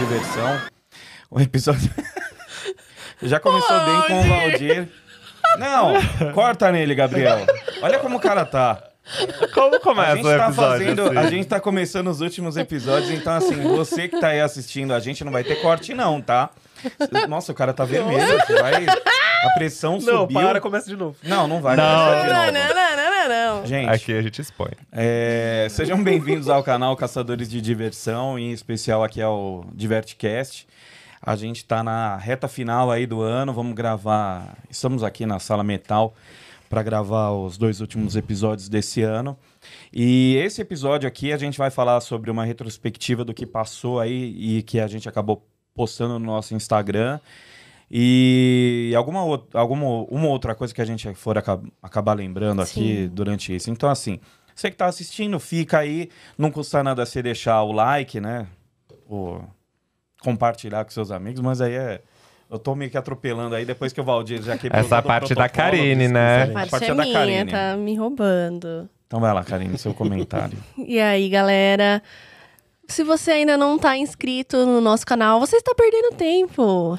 diversão. O episódio já começou bem com o Valdir. Não, corta nele, Gabriel. Olha como o cara tá. Como começa o episódio? A gente tá começando os últimos episódios, então assim, você que tá aí assistindo a gente não vai ter corte não, tá? Nossa, o cara tá vermelho, vai... A pressão subiu. Não, começa de novo. Não vai começar de novo. Não. Gente, aqui a gente expõe. Sejam bem-vindos ao canal Caçadores de Diversão, em especial aqui ao DiverteCast. A gente tá na reta final aí do ano, vamos gravar... Estamos aqui na Sala Metal para gravar os 2 últimos episódios desse ano. E esse episódio aqui a gente vai falar sobre uma retrospectiva do que passou aí e que a gente acabou postando no nosso Instagram. E uma outra coisa que a gente for acabar lembrando aqui durante isso. Então, assim, você que tá assistindo, fica aí. Não custa nada você deixar o like, né? Ou compartilhar com seus amigos, mas aí eu tô meio que atropelando aí, depois que o Valdir já quebrou essa parte da Karine, né? A parte é da Karine. Tá me roubando. Então vai lá, Karine, seu comentário. E aí, galera... Se você ainda não tá inscrito no nosso canal, você está perdendo tempo.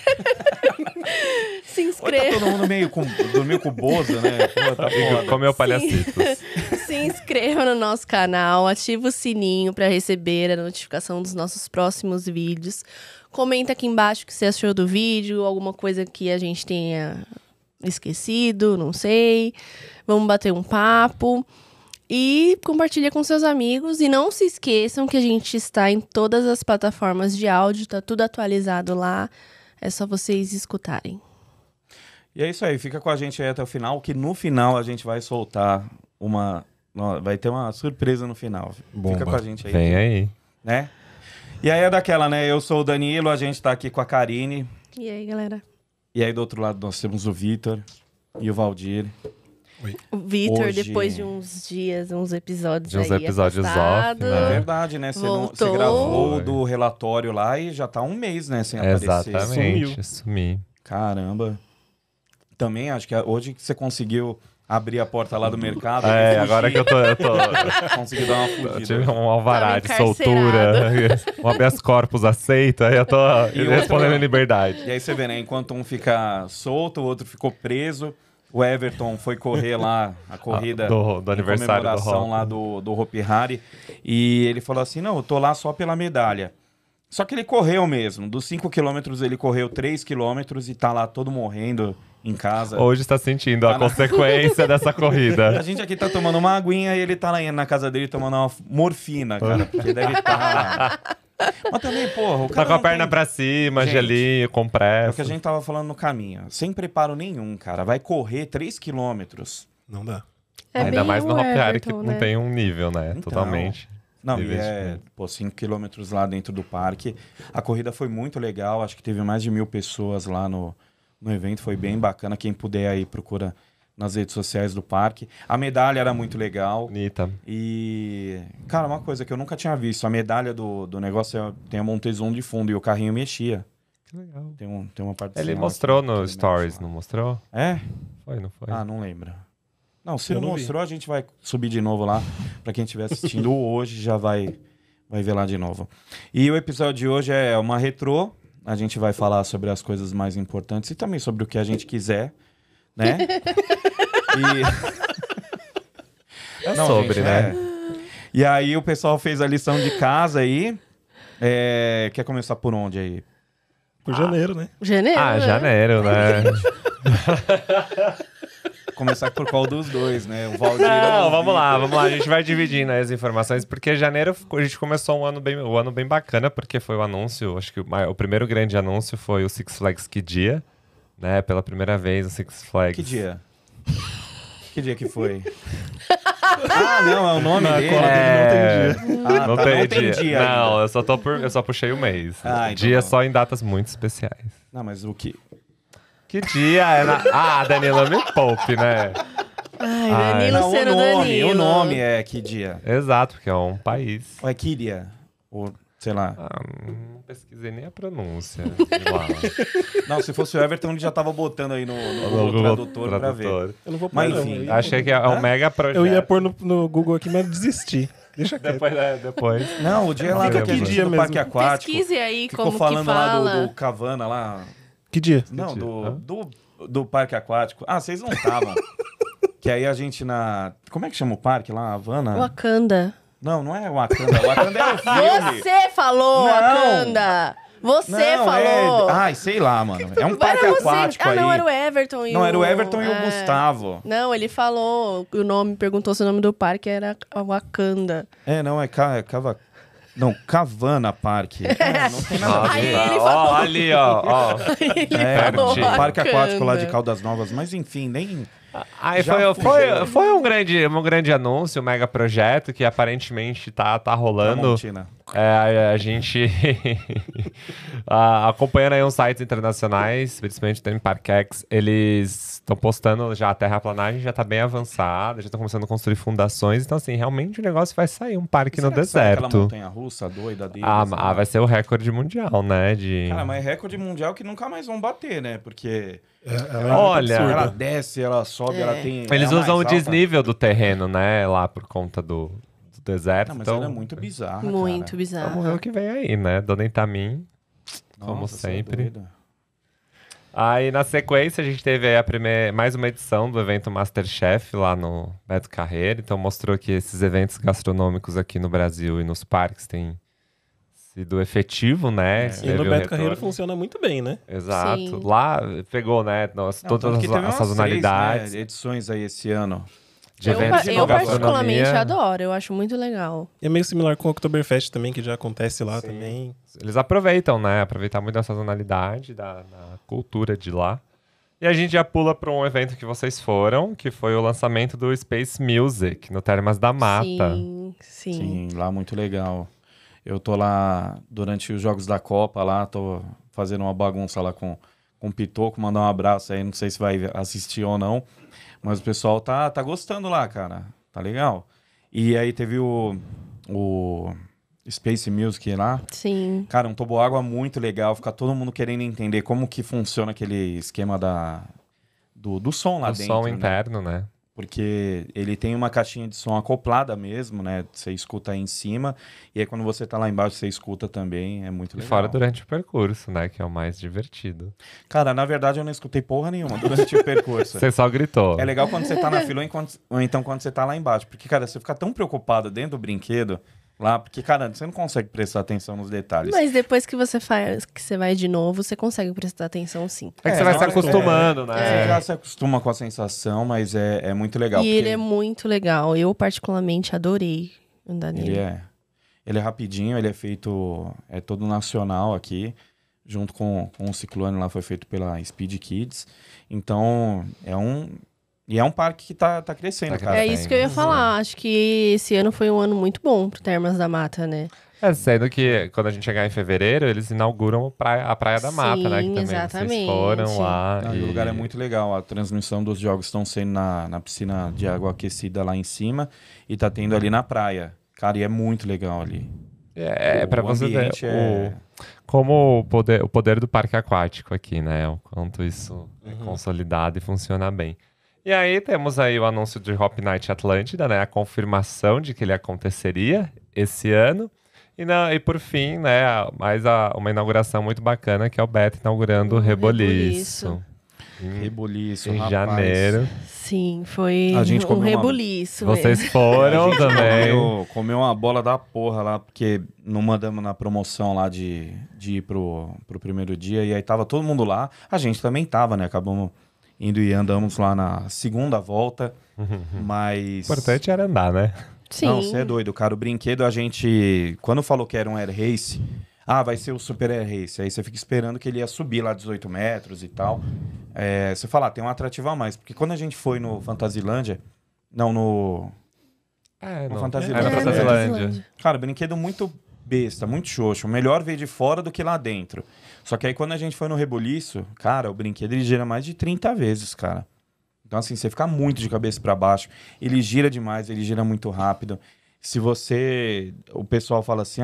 Se inscreva. Hoje tá todo mundo dormiu com o Bozo, né? Pô, tá foda. Comeu palhacitos. Se inscreva no nosso canal, ativa o sininho para receber a notificação dos nossos próximos vídeos. Comenta aqui embaixo o que você achou do vídeo, alguma coisa que a gente tenha esquecido, não sei. Vamos bater um papo. E compartilha com seus amigos. E não se esqueçam que a gente está em todas as plataformas de áudio. Tá tudo atualizado lá. É só vocês escutarem. E é isso aí. Fica com a gente aí até o final. Que no final a gente vai soltar uma... Vai ter uma surpresa no final. Bomba. Fica com a gente aí. Vem aí. Né? E aí é daquela, né? Eu sou o Danilo. A gente tá aqui com a Karine. E aí, galera? E aí do outro lado nós temos o Vitor e o Valdir. Oi. O Vitor, Hoje... depois de uns dias, uns episódios uns aí episódios afastado. off, né? É verdade, né? Voltou. Você gravou do relatório lá e já tá um mês, né? Sem aparecer. Exatamente, sumi. Caramba. Também acho que hoje que você conseguiu abrir a porta lá do mercado. Agora que eu tô... Consegui dar uma fugida. Eu tive um alvará de Tava soltura. Um habeas corpus aceito, aí eu tô respondendo em liberdade. E aí você vê, né? Enquanto um fica solto, o outro ficou preso. O Everton foi correr lá, a corrida do aniversário do Hopi. Lá do Hopi Hari. E ele falou assim, não, eu tô lá só pela medalha. Só que ele correu mesmo. Dos 5 quilômetros, ele correu 3 quilômetros e tá lá todo morrendo em casa. Hoje está sentindo a consequência dessa corrida. A gente aqui tá tomando uma aguinha e ele tá lá na casa dele tomando uma morfina, cara. Porque deve estar... Mas também, porra, o cara tá com a perna pra cima, gente, gelinho, compressa. É o que a gente tava falando no caminho. Sem preparo nenhum, cara. Vai correr 3 quilômetros. Não dá. Ainda mais no Hopi Hari, que né? não tem um nível, né? Então, totalmente. Não, e 5 quilômetros lá dentro do parque. A corrida foi muito legal. Acho que teve mais de 1.000 pessoas lá no evento. Foi bem bacana. Quem puder aí, procura nas redes sociais do parque. A medalha era muito legal. Bonita. E, cara, uma coisa que eu nunca tinha visto. A medalha do negócio tem a Montezum de fundo e o carrinho mexia. Que legal. Tem uma parte. Ele mostrou no Stories, não mostrou? É? Foi, não foi? Ah, não lembro. Não, se não mostrou, a gente vai subir de novo lá. Pra quem estiver assistindo hoje, já vai ver lá de novo. E o episódio de hoje é uma retrô. A gente vai falar sobre as coisas mais importantes e também sobre o que a gente quiser, né? Não, sobre, gente, né? E aí o pessoal fez a lição de casa aí. Quer começar por onde aí? Por janeiro, né? Janeiro, né? Janeiro, né? Começar por qual dos dois, né? O Valdir. Não, vamos lá. A gente vai dividindo aí as informações, porque janeiro a gente começou um ano bem bacana, porque foi o anúncio, acho que o primeiro grande anúncio foi o Six Flags Que Dia, né? Pela primeira vez o Six Flags. Que dia? Que dia que foi? Não, é o nome dele. Não tem dia. Não, ainda. eu só puxei o mês. Então dia só em datas muito especiais. Não, mas o que? Que dia? Danilo, me poupe, né? Ai, Danilo sendo Danilo. O nome é que dia? Exato, porque é um país. Ou é Kíria? Ou, sei lá. Não pesquisei nem a pronúncia. Não, se fosse o Everton, ele já tava botando aí no tradutor pra ver. Eu não vou pôr, mas enfim. Achei que é um mega projeto. Eu ia pôr no Google aqui, mas desisti. Deixa quieto. Depois. Não, o dia lá Fica daquele que dia dia do mesmo? Parque Aquático. Pesquise aí Ficou como que falando lá fala. do Cavana lá. Que dia? Não, dia? do Parque Aquático. Ah, vocês não estavam. Que aí a gente na... Como é que chama o parque lá? Havana? Wakanda. Não, não é Wakanda. Wakanda é o filme. Você falou, Não. Wakanda! Você Não, falou! Ai, sei lá, mano. É um parque Era você. aquático aí. Não, era o Everton e Não, o... era o Everton e o é. Gustavo. Não, ele falou o nome, perguntou se o nome do parque era Wakanda. É, não, é Cava... Não, Cavana Parque. É, não tem nada a Aí ver. ele Ó, falou- ali, ó. Ele É, falou pertinho. parque aquático lá de Wakanda. Caldas Novas. Mas enfim, nem... Aí Já foi um grande anúncio, um mega projeto que aparentemente tá rolando. Tramontina. A gente acompanhando aí uns sites internacionais, principalmente tem Parkex, eles estão postando já a terraplanagem, já tá bem avançada, já estão começando a construir fundações, então assim, realmente o negócio vai sair um parque no Será que sai aquela deserto. montanha-russa doida deles? Vai ser o recorde mundial, né? Cara, mas é recorde mundial que nunca mais vão bater, né? Porque Ela é Olha, muito ela absurda. desce, ela sobe, ela tem... Eles é a usam o mais alta. desnível do terreno, né? Lá por conta do deserto. Não, mas então, ela é muito bizarra, Muito cara. bizarro. vamos ver o que vem aí, né? Dona Itamin, como Nossa, você é sempre. doida. Aí, na sequência, a gente teve aí mais uma edição do evento Masterchef lá no Beto Carreiro. Então, mostrou que esses eventos gastronômicos aqui no Brasil e nos parques têm sido efetivo, né? E Teve no o Beto retorno. Carreiro funciona muito bem, né? Exato. Sim. Lá pegou, né? Não, Todas tanto que teve as umas sazonalidades 3, né, edições aí esse ano. de Eu, eventos de eu gastronomia. particularmente adoro, eu acho muito legal. E é meio similar com o Oktoberfest também, que já acontece lá também. Eles aproveitam, né? Aproveitar muito da sazonalidade, da cultura de lá. E a gente já pula para um evento que vocês foram, que foi o lançamento do Space Music, no Termas da Mata. Sim. Sim, lá muito legal. Eu tô lá durante os Jogos da Copa, lá tô fazendo uma bagunça lá com o Pitoco, mandar um abraço aí, não sei se vai assistir ou não, mas o pessoal tá gostando lá, cara, tá legal. E aí teve o Space Music lá, Sim. cara, um toboágua muito legal, fica todo mundo querendo entender como que funciona aquele esquema do som lá O dentro, som né? interno, né? Porque ele tem uma caixinha de som acoplada mesmo, né? Você escuta aí em cima. E aí quando você tá lá embaixo, você escuta também. É muito E legal. fora durante o percurso, né? Que é o mais divertido. Cara, na verdade eu não escutei porra nenhuma durante o percurso. Você só gritou. É legal quando você tá na fila ou então quando você tá lá embaixo. Porque, cara, você fica tão preocupado dentro do brinquedo lá. Porque, cara, você não consegue prestar atenção nos detalhes. Mas depois que você faz, que você vai de novo, você consegue prestar atenção sim. É que É, você vai na se hora que- acostumando, Você né? já se acostuma com a sensação, mas é muito legal. E porque ele é muito legal. Eu particularmente adorei andar nele. Ele é rapidinho, ele é feito... É todo nacional aqui. Junto com o Ciclone lá, foi feito pela Speed Kids. Então, é um parque que tá crescendo, Tá cara. É isso que eu ia falar. Acho que esse ano foi um ano muito bom pro Termas da Mata, né? Sendo que quando a gente chegar em fevereiro, eles inauguram a Praia da Mata, né? Que Sim, também vocês exatamente. foram lá. Não, e o lugar é muito legal. A transmissão dos jogos estão sendo na piscina de água aquecida lá em cima. E tá tendo ali na praia. Cara, e é muito legal ali. É, pra O você ver ambiente é- como o poder do parque aquático aqui, né? O quanto isso é consolidado e funciona bem. E aí temos aí o anúncio de Hop Night Atlântida, né? A confirmação de que ele aconteceria esse ano. E por fim, né? Uma inauguração muito bacana, que é o Beto inaugurando o O Reboliço. Rebuliço, Em rapaz. janeiro. Sim, foi A gente um comeu uma- rebuliço. Vocês mesmo. foram também. Comeu uma bola da porra lá, porque não mandamos na promoção lá de ir pro primeiro dia. E aí tava todo mundo lá. A gente também tava, né? Acabamos indo e andamos lá na segunda volta. O Mas... importante era andar, né? Sim. Não, você é doido, cara. O brinquedo, a gente... Quando falou que era um Air Race... Ah, vai ser o Super Air Race. Aí você fica esperando que ele ia subir lá 18 metros e tal. Você fala, tem um atrativo a mais. Porque quando a gente foi no Fantasilândia... Não, no... No Fantasilândia. Era É, Fantasilândia. Cara, brinquedo muito besta, muito xoxo. Melhor ver de fora do que lá dentro. Só que aí quando a gente foi no Rebuliço, cara, o brinquedo ele gira mais de 30 vezes, cara. Então assim, você fica muito de cabeça pra baixo. Ele gira demais, ele gira muito rápido. Se você... O pessoal fala assim,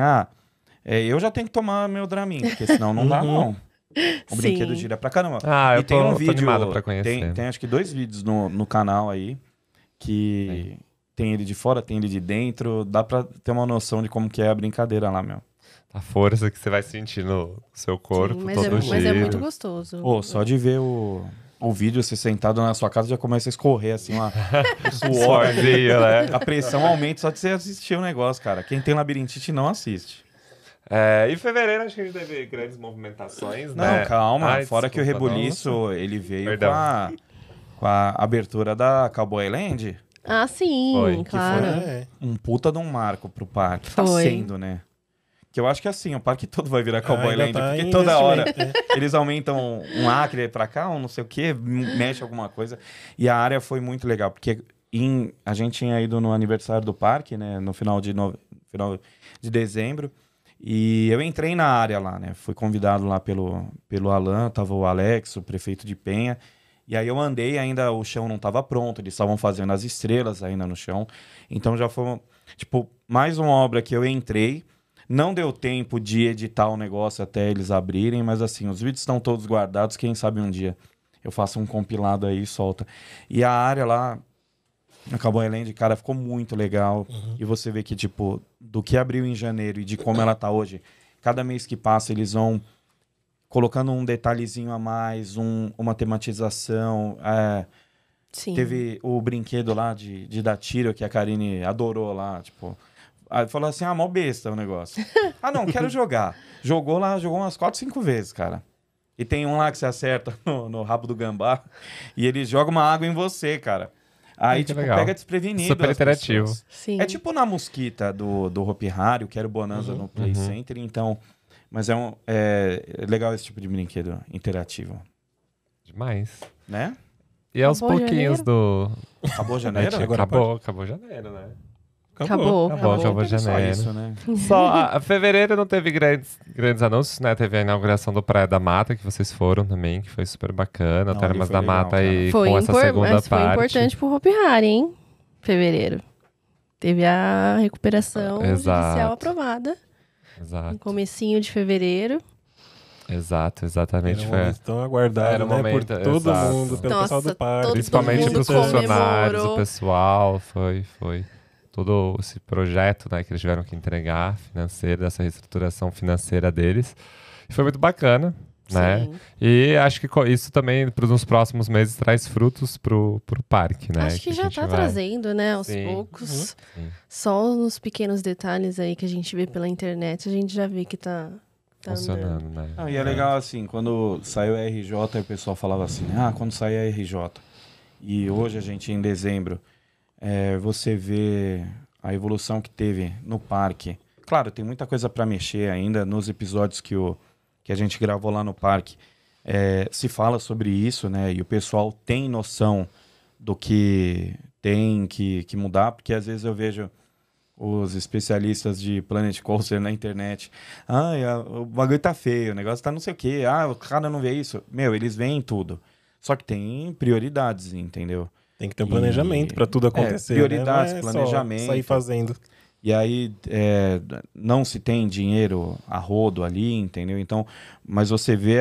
eu já tenho que tomar meu Dramin, porque senão não dá, não. O Sim. brinquedo gira pra caramba. Eu E tem um tô vídeo... animado pra conhecer. Tem acho que 2 vídeos no canal aí que Tem ele de fora, tem ele de dentro. Dá pra ter uma noção de como que é a brincadeira lá, meu. A força que você vai sentir no seu corpo, Sim, mas, todo o mas é giro. muito gostoso. Pô, só de ver o vídeo, você sentado na sua casa, já começa a escorrer, assim, o suor. Suorzinho, né? A pressão aumenta só de você assistir o negócio, cara. Quem tem labirintite não assiste. Em fevereiro, acho que a gente teve grandes movimentações, Não, né? calma. Ai, Fora que o desculpa, Rebuliço, ele veio Perdão. com a abertura da Cowboy Land. Ah, sim, Foi, que claro. Um puta de um marco pro parque. Tá Foi. sendo, né? Que eu acho que assim, o parque todo vai virar Cowboy ainda Land, tá porque em toda hora investimento, eles aumentam um acre pra cá, um não sei o quê, mexe alguma coisa. E a área foi muito legal, porque a gente tinha ido no aniversário do parque, né, no final de dezembro, e eu entrei na área lá, né, fui convidado lá pelo Alan, tava o Alex, o prefeito de Penha, e aí eu andei, ainda o chão não estava pronto, eles estavam fazendo as estrelas ainda no chão, então já foi, tipo, mais uma obra que eu entrei. Não deu tempo de editar o negócio até eles abrirem, mas assim, os vídeos estão todos guardados, quem sabe um dia eu faço um compilado aí e solta. E a área lá, na Cowboy Land, cara, ficou muito legal. E você vê que, tipo, do que abriu em janeiro e de como ela tá hoje, cada mês que passa eles vão colocando um detalhezinho a mais, uma tematização. Sim. Teve o brinquedo lá de dar tiro, que a Karine adorou lá, tipo... Aí falou assim, mó besta o negócio. Não, quero jogar. Jogou umas 4, 5 vezes, cara. E tem um lá que você acerta no rabo do gambá e ele joga uma água em você, cara. Aí, Que tipo, legal. pega desprevenido Super as interativo. pessoas. Sim. É tipo na Mosquita do Hopi Hari, que era o Bonanza no Play Center, então... Mas é legal esse tipo de brinquedo interativo, Demais. né? E aos Acabou pouquinhos janeiro? Acabou janeiro? Agora Acabou janeiro, né? Acabou. Acabou Teve só janeiro. isso, né? Só a fevereiro não teve grandes anúncios, né? Teve a inauguração do Praia da Mata, que vocês foram também, que foi super bacana. Não, Termas ali da foi legal, Mata aí Foi, com essa segunda mas foi parte. importante pro Hopi Hari, hein? Fevereiro. Teve a recuperação Exato. judicial aprovada no Exato, comecinho de fevereiro. exatamente. Era um Foi. momento tão aguardado, Era um né? momento, Por todo exato. mundo, pelo pessoal Nossa, do parque. todo Principalmente mundo para os funcionários, comemorou. o pessoal, foi todo esse projeto, né, que eles tiveram que entregar, financeiro, dessa reestruturação financeira deles. E foi muito bacana, né? Sim. E acho que isso também, para os próximos meses, traz frutos pro parque, né? Acho que a já gente tá vai- trazendo, né? Aos Sim. poucos. Sim. Só nos pequenos detalhes aí que a gente vê pela internet, a gente já vê que tá andando. Funcionando, né? Não, e é legal assim, quando saiu a RJ, o pessoal falava assim, quando sair a RJ. E hoje a gente, em dezembro, você vê a evolução que teve no parque. Claro, tem muita coisa para mexer ainda nos episódios que a gente gravou lá no parque. Se fala sobre isso, né? E o pessoal tem noção do que tem que mudar, porque às vezes eu vejo os especialistas de Planet Coaster na internet. O bagulho tá feio, o negócio tá não sei o quê. O cara não vê isso. Meu, eles veem tudo. Só que tem prioridades, entendeu? Tem que ter um planejamento para tudo acontecer. prioridades, né? Não é planejamento. só sair fazendo. E aí não se tem dinheiro a rodo ali, entendeu? Então, mas você vê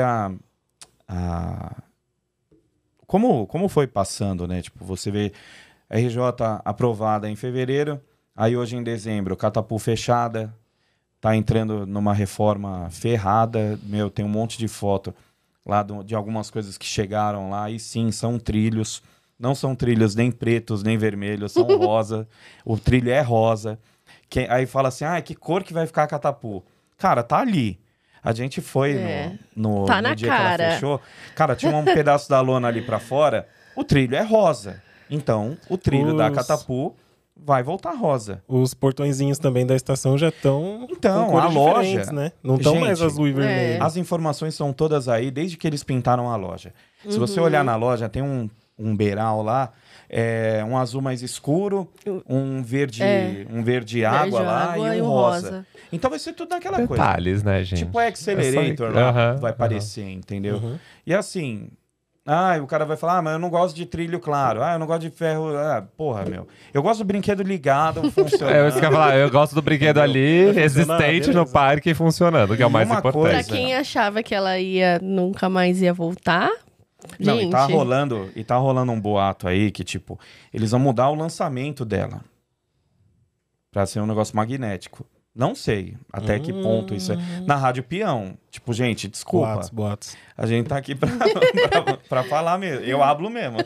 como foi passando, né? Tipo, você vê a RJ aprovada em fevereiro, aí hoje em dezembro, Catapu fechada, tá entrando numa reforma ferrada, tem um monte de foto lá de algumas coisas que chegaram lá, e sim, são trilhos, não são trilhos nem pretos, nem vermelhos, são rosa, o trilho é rosa. Aí fala assim, que cor que vai ficar a Catapu? Cara, tá ali. A gente foi Tá no na dia cara. que ela fechou. Cara, tinha um pedaço da lona ali pra fora. O trilho é rosa. Então, o trilho da Catapu vai voltar rosa. Os portõezinhos também da estação já estão Então, com cores a loja... diferentes, né? Não estão mais Gente, azul e vermelho. As informações são todas aí, desde que eles pintaram a loja. Se você olhar na loja, tem um beiral lá, um azul mais escuro, um verde água lá e um rosa. Então vai ser tudo naquela coisa. Detalhes, né, gente? Tipo o Accelerator lá vai aparecer, entendeu? E assim... o cara vai falar, mas eu não gosto de trilho claro. Eu não gosto de ferro... porra, meu. Eu gosto do brinquedo ligado, funcionando. É isso que eu ia falar. Eu gosto do brinquedo ali, Vai funcionar, existente no beleza. parque e funcionando, que é o E mais uma importante. Pra coisa- quem achava que ela nunca mais ia voltar, Não, gente... e tá rolando um boato aí que, tipo, eles vão mudar o lançamento dela. pra ser um negócio magnético. Não sei até que ponto isso é. Na Rádio Peão. Tipo, gente, desculpa. Boatos. A gente tá aqui pra falar mesmo. Eu hablo mesmo.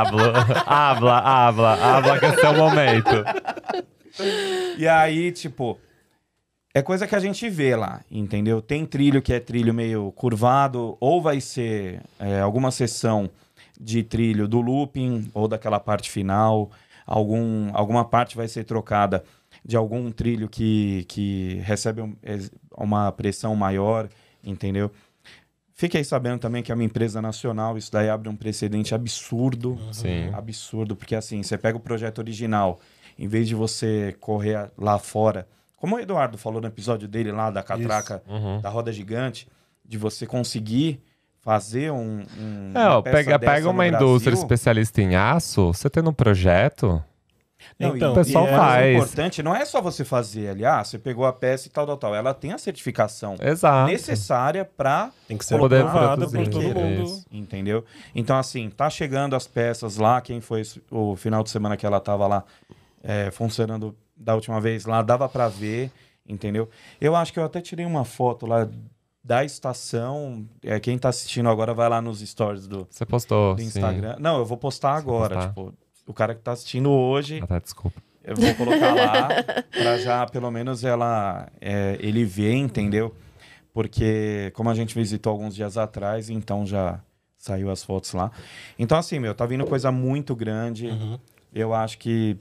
Habla que é seu momento. E aí, tipo, é coisa que a gente vê lá, entendeu? Tem trilho que é trilho meio curvado, ou vai ser alguma sessão de trilho do looping, ou daquela parte final. Alguma parte vai ser trocada de algum trilho que recebe uma pressão maior, entendeu? Fiquei sabendo também que é uma empresa nacional, isso daí abre um precedente absurdo. Sim. Absurdo, porque assim, você pega o projeto original, em vez de você correr lá fora, como o Eduardo falou no episódio dele lá da catraca, da roda gigante, de você conseguir fazer pega uma indústria especialista em aço, você tendo um projeto... Não, então, o pessoal faz. O importante não é só você fazer ali, você pegou a peça e tal. Ela tem a certificação necessária para tem que ser poder aprovada por todo produzir. mundo. Entendeu? Então, assim, tá chegando as peças lá. Quem foi o final de semana que ela tava lá funcionando da última vez lá, dava para ver, entendeu? Eu acho que eu até tirei uma foto lá da estação. Quem tá assistindo agora vai lá nos stories do Você postou, Instagram. Sim. Não, eu vou postar agora, tipo... O cara que tá assistindo hoje, desculpa. eu vou colocar lá pra já, pelo menos, ele ver, entendeu? Porque, como a gente visitou alguns dias atrás, então já saiu as fotos lá. Então, assim, tá vindo coisa muito grande. Eu acho que,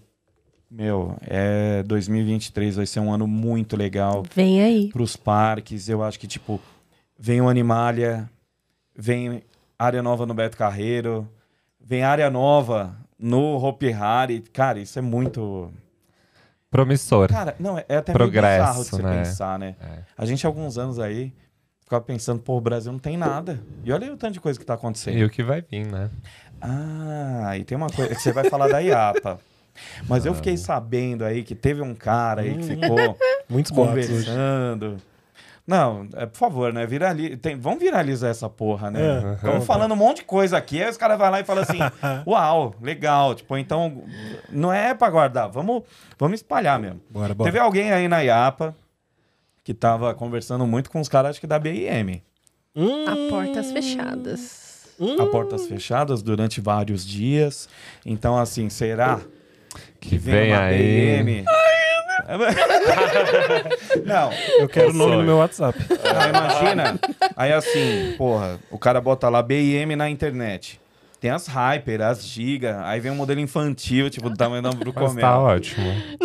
2023 vai ser um ano muito legal. Vem aí. Pros parques. Eu acho que, tipo, vem o Animalia, vem área nova no Beto Carreiro, vem área nova... no Hopi Hari, cara, isso é muito... promissor. Cara, não, é até progresso, meio bizarro de você né? pensar, né? A gente, há alguns anos aí, ficava pensando, pô, o Brasil não tem nada. E olha aí o tanto de coisa que tá acontecendo. E o que vai vir, né? E tem uma coisa, que você vai falar da IAPA. Mas eu fiquei sabendo aí que teve um cara aí que ficou muitos conversando... Não, por favor, né? Vamos viralizar essa porra, né? Estamos falando um monte de coisa aqui, aí os caras vão lá e falam assim, uau, legal. Tipo, então, não é pra guardar, vamos espalhar mesmo. Bora. Teve alguém aí na IAPA que tava conversando muito com os caras, acho que da BIM. A portas fechadas. A portas fechadas durante vários dias. Então, assim, será que vem uma aí... BIM... Não, eu quero o nome no meu WhatsApp. Não, imagina. Aí assim, porra, o cara bota lá BIM na internet. Tem as Hyper, as Giga, aí vem um modelo infantil, tipo, do tamanho da Brucomel. Mas tá ótimo.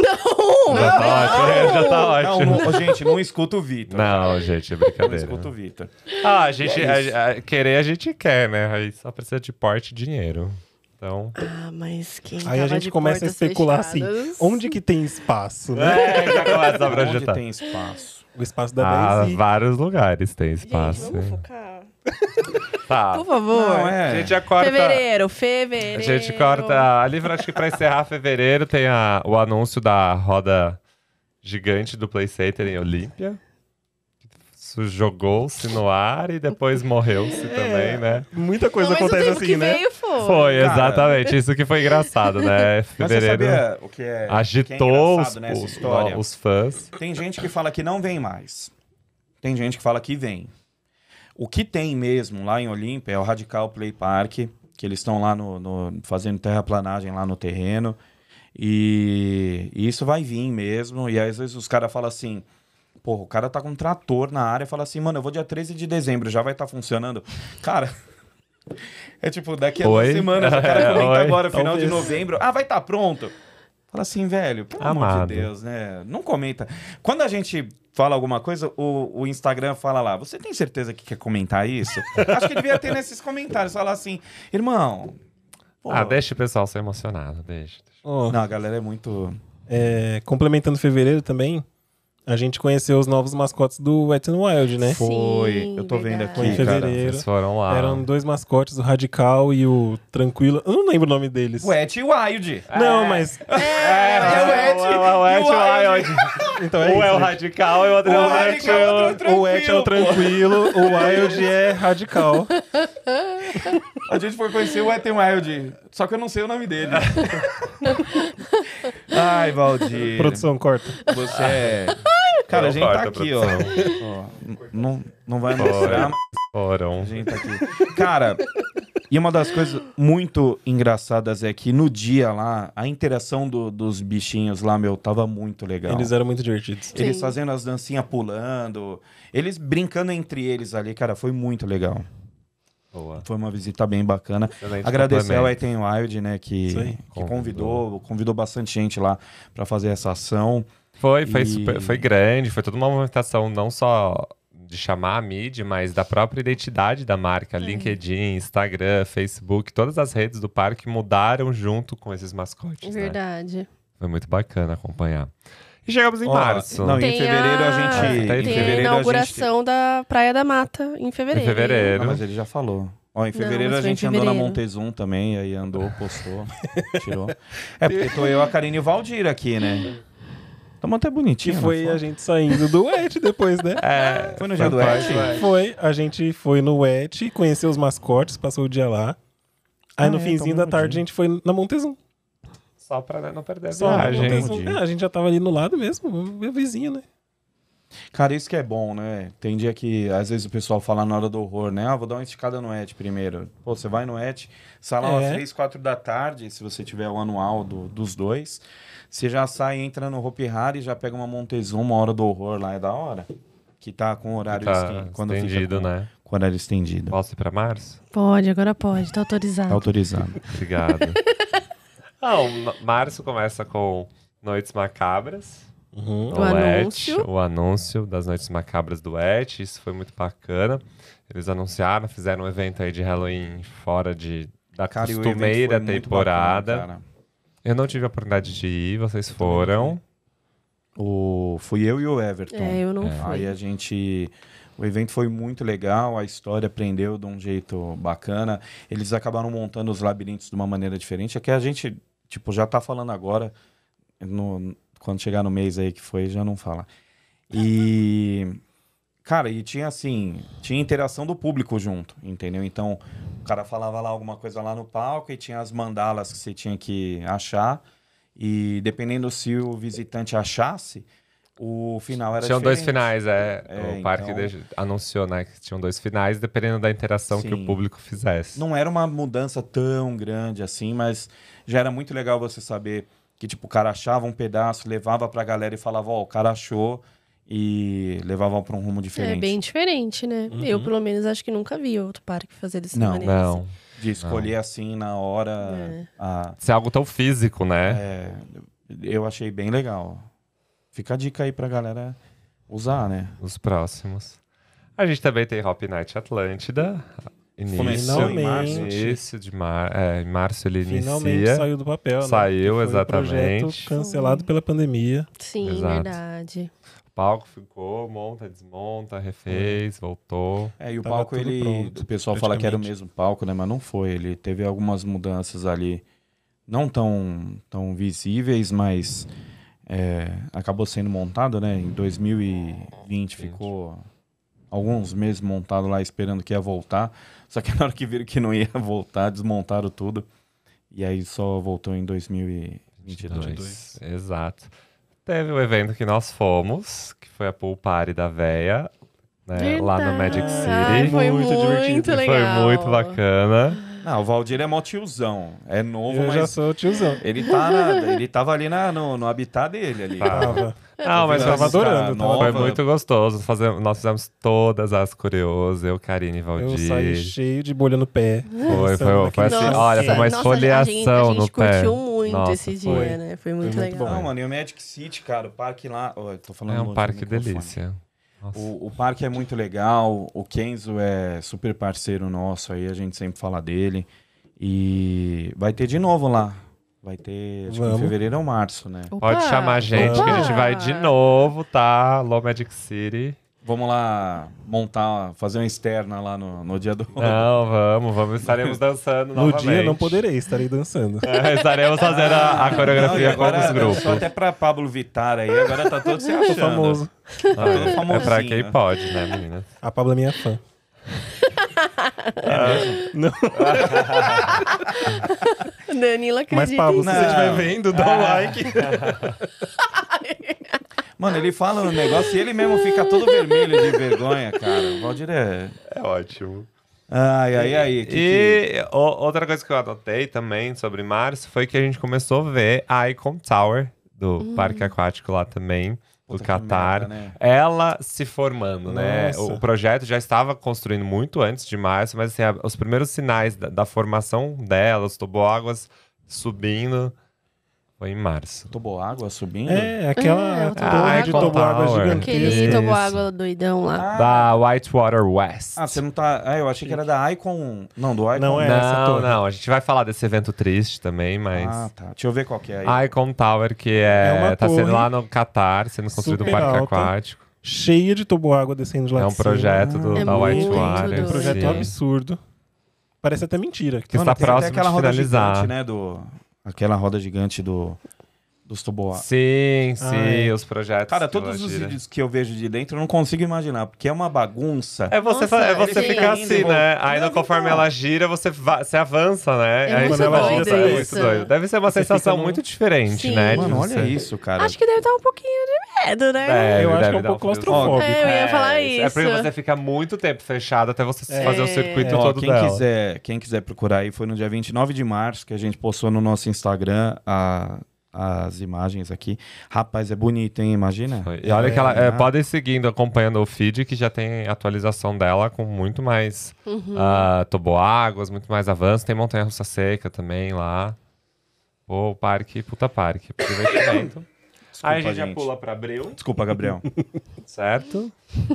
Não! Já tá ótimo. Não, gente, não escuta o Vitor. Não, gente, é brincadeira. Não escuta o Vitor. A gente querer a gente quer, né? Aí só precisa de porte e dinheiro. Então... mas quem aí a gente começa a especular fechadas... assim, onde que tem espaço, né? Já começa a projetar. Onde tem espaço? O espaço da Daisy. Vários lugares tem espaço. Gente, vamos focar. Tá. Por favor. Não, A gente já corta... Fevereiro. A gente corta... Ali, acho que pra encerrar fevereiro, tem o anúncio da roda gigante do Play Center em Olímpia. Jogou-se no ar e depois morreu-se também, né? Muita coisa Mas acontece o tempo assim, que né? veio Foi, exatamente. Isso que foi engraçado, né? Fevereiro Mas você sabia o que é agitou nessa história? os fãs. Tem gente que fala que não vem mais. Tem gente que fala que vem. O que tem mesmo lá em Olímpia é o Radical Play Park, que eles estão lá fazendo terraplanagem lá no terreno. E isso vai vir mesmo. E às vezes os caras falam assim... Porra, o cara tá com um trator na área e fala assim, mano, eu vou dia 13 de dezembro, já vai estar funcionando. Cara, é tipo, daqui a 2 semanas, o cara comenta agora, final de novembro, vai estar pronto. Fala assim, velho, pelo amor de Deus, né? Não comenta. Quando a gente fala alguma coisa, o Instagram fala lá, você tem certeza que quer comentar isso? Acho que devia ter nesses comentários, falar assim, irmão... Pô, deixa o pessoal ser emocionado, deixa. Não, a galera é muito... Complementando fevereiro também... A gente conheceu os novos mascotes do Wet n Wild, né? Foi, Sim, eu tô vendo verdade. aqui, Foi em fevereiro. Eles foram lá. Eram 2 mascotes, o Radical e o Tranquilo. Eu não lembro o nome deles. Wet n Wild. Não, mas... É o Wet Wild. Então Um é o Radical e o outro é o Wet. O Wet é o Tranquilo, o Wild é Radical. A gente foi conhecer o Wet n Wild, só que eu não sei o nome dele. Ai, Valdir. Produção, corta. Você é... Cara, a gente tá aqui, ó. Não vai mostrar, mas Foram. a gente tá aqui. Cara, e uma das coisas muito engraçadas é que no dia lá, a interação dos bichinhos lá, meu, tava muito legal. Eles eram muito divertidos. Eles Sim. fazendo as dancinhas pulando, eles brincando entre eles ali, cara, foi muito legal. Boa. Foi uma visita bem bacana. Excelente Agradecer ao complemento. Ethan Wild, né, Isso aí. que convidou bastante gente lá pra fazer essa ação. Foi E- grande, foi toda uma movimentação não só de chamar a mídia, mas da própria identidade da marca. LinkedIn, Instagram, Facebook, todas as redes do parque mudaram junto com esses mascotes, né? Verdade. Foi muito bacana acompanhar. E chegamos em Ó, março. não, em Tem fevereiro a gente... tá em em Tem a fevereiro inauguração da Praia da Mata em fevereiro. Em fevereiro. Não, mas ele já falou. Ó, em fevereiro mas a foi em gente andou na fevereiro. Montezum também, aí andou, postou, tirou. É porque tô eu, a Karine e o Valdir aqui, né? Tamo até Que bonitinho. foi na a foto. gente saindo do ET depois, né? Foi no dia do Et? Foi, a gente foi no ET, conheceu os mascotes, passou o dia lá. Aí no finzinho então da tarde dia. a gente foi na Montezum. Só pra não perder a Só na viagem. Montezum. dia. É, a gente já tava ali no lado mesmo, meu vizinho, né? Cara, isso que é bom, né? Tem dia que, às vezes, o pessoal fala na hora do horror, né? Ah, vou dar uma esticada no Et primeiro. Pô, você vai no Et, sai lá umas 3, 4 da tarde, se você tiver o anual dos dois. Você já sai, entra no Hopi Hari e já pega uma Montezuma, uma hora do horror lá, é da hora. Que tá com horário Tá quando estendido, fica né? com horário estendido. Posso ir pra março? Pode, agora pode. Tá autorizado. Tá autorizado. Obrigado. Março começa com Noites Macabras. Uhum. O anúncio. O anúncio das Noites Macabras do Et. Isso foi muito bacana. Eles anunciaram, fizeram um evento aí de Halloween fora da Cara, e o evento costumeira foi muito temporada. bacana, cara. Eu não tive a oportunidade de ir, vocês foram. Fui eu e o Everton. É, eu não fui. Aí a gente... O evento foi muito legal, a história prendeu de um jeito bacana. Eles acabaram montando os labirintos de uma maneira diferente. É que a gente, tipo, já tá falando agora, quando chegar no mês aí que foi, já não fala. E... Cara, e tinha assim, tinha interação do público junto, entendeu? Então, o cara falava lá alguma coisa lá no palco e tinha as mandalas que você tinha que achar. E dependendo se o visitante achasse, o final era Tinham dois diferente. finais, É, o parque então- anunciou, né, que tinham dois finais, dependendo da interação que Sim. o público fizesse. Não era uma mudança tão grande assim, mas já era muito legal você saber que, tipo, o cara achava um pedaço, levava pra galera e falava, ó, o cara achou e levava pra um rumo diferente. É bem diferente, né? Uhum. Eu, pelo menos, acho que nunca vi outro parque fazer dessa Não, maneira. Não. assim. De escolher assim na hora. É. Ser algo tão físico, né? Eu achei bem legal. Fica a dica aí pra galera usar, né? Os próximos. A gente também tem Hop Night Atlântida. Começou em março. Início de em março ele Finalmente inicia. saiu do papel, né? Saiu, Que foi um exatamente. projeto cancelado pela pandemia. Sim, Exato. verdade. O palco ficou, monta, desmonta, refez, voltou. E o Tava palco, tudo ele. pronto, O pessoal fala que era o praticamente. mesmo palco, né? Mas não foi. Ele teve algumas mudanças ali, não tão visíveis, mas acabou sendo montado, né? Em 2020 ficou alguns meses montado lá esperando que ia voltar. Só que na hora que viram que não ia voltar, desmontaram tudo. E aí só voltou em 2022. Exato. Teve o evento que nós fomos, que foi a Pool Party da Véia, né, lá no Magic Verdade. City. Ai, foi Muito muito, divertido. legal. Foi muito bacana. Não, o Valdir é mó tiozão. É novo, Eu já mas sou tiozão. ele tava ali no habitat dele ali. Tava. Não, mas Eu foi, tava adorando, nova. foi muito gostoso. Nós fizemos todas as coreos, eu, Karine e Valdir. Eu saí cheio de bolha no pé. Foi assim, Nossa, olha, foi uma nossa, esfoliação a gente no pé. curtiu muito Nossa, esse foi. dia, né? Foi muito muito legal. bom. Não, mano, e o Magic City, cara, o parque lá... Ó, eu tô falando É um longe do parque microfone. delícia. Nossa. O parque é muito legal, o Kenzo é super parceiro nosso aí, a gente sempre fala dele. E vai ter de novo lá. Vai ter, acho que em Vamos. fevereiro ou março, né? Opa! Pode chamar a gente, que a gente vai de novo, tá? Alô, Magic City. Vamos lá fazer uma externa lá no dia do... Não, vamos. Estaremos dançando No novamente. dia não poderei, estarei dançando. Estaremos fazendo a Não, coreografia e agora, com os grupos. só até pra Pablo Vittar aí, agora tá todo se achando. Tô famoso. Tá todo É famosinho. pra quem pode, né, meninas? A Pablo é minha fã. Não. Danilo acredita. Mas, Pablo, se Não. você estiver vendo, dá um like. Mano, ele fala no negócio e ele mesmo fica todo vermelho de vergonha, cara. O Valdir é... É ótimo. Ai. Outra coisa que eu anotei também sobre março foi que a gente começou a ver a Icon Tower do Parque Aquático lá também, do Puta que Catar. merda, né? Ela se formando, né? Nossa. O projeto já estava construindo muito antes de março, mas assim, os primeiros sinais da formação dela, os toboáguas subindo, foi em março. Toboágua subindo? É, aquela torre de Icon toboágua Tower. gigantesca. Aquele Isso. toboágua doidão lá. Da Whitewater West. Ah, você não tá... eu achei que era da Icon... Não, do Icon... Não é essa Não, torre. não, a gente vai falar desse evento triste também, mas... Ah, tá. Deixa eu ver qual que é aí. Icon Tower, que uma tá sendo torre lá no Catar, sendo construído um super parque alta. aquático. Cheia de toboágua descendo de lá É um de cima. projeto É da muito Whitewater. doido. Um projeto sim. absurdo. Parece até mentira. Que Mano, está tem até próximo aquela de roda finalizar. gigante, né? Aquela roda gigante dos toboáguas. Sim, é. os projetos. Cara, que todos ela os gira. vídeos que eu vejo de dentro eu não consigo imaginar, porque é uma bagunça. É você, Nossa, você ele ficar indo e assim, né? voltando. Aí Não, conforme então. ela gira, você avança, né? É Aí muito você ela volta, gira, é isso. muito doido. Deve ser uma Você sensação fica no- muito diferente, Sim. né? de Mano, olha você- isso, cara. Acho que deve dar um pouquinho de medo, né? Deve, Eu acho que é deve um dar pouco friozinho. claustrofóbico. É, eu ia falar É isso. porque você fica muito tempo fechado até você É. fazer o circuito Ó, todo dela. quem quiser procurar aí, foi no dia 29 de março que a gente postou no nosso Instagram as imagens aqui. Rapaz, é bonito, hein? Imagina. Foi. E olha que ela É. podem ir seguindo, acompanhando o feed, que já tem atualização dela com muito mais toboáguas, muito mais avanço. Tem montanha-russa seca também lá. Pô, parque, puta parque. Divertimento. Aí a gente já pula pra abril, Desculpa, Gabriel. certo?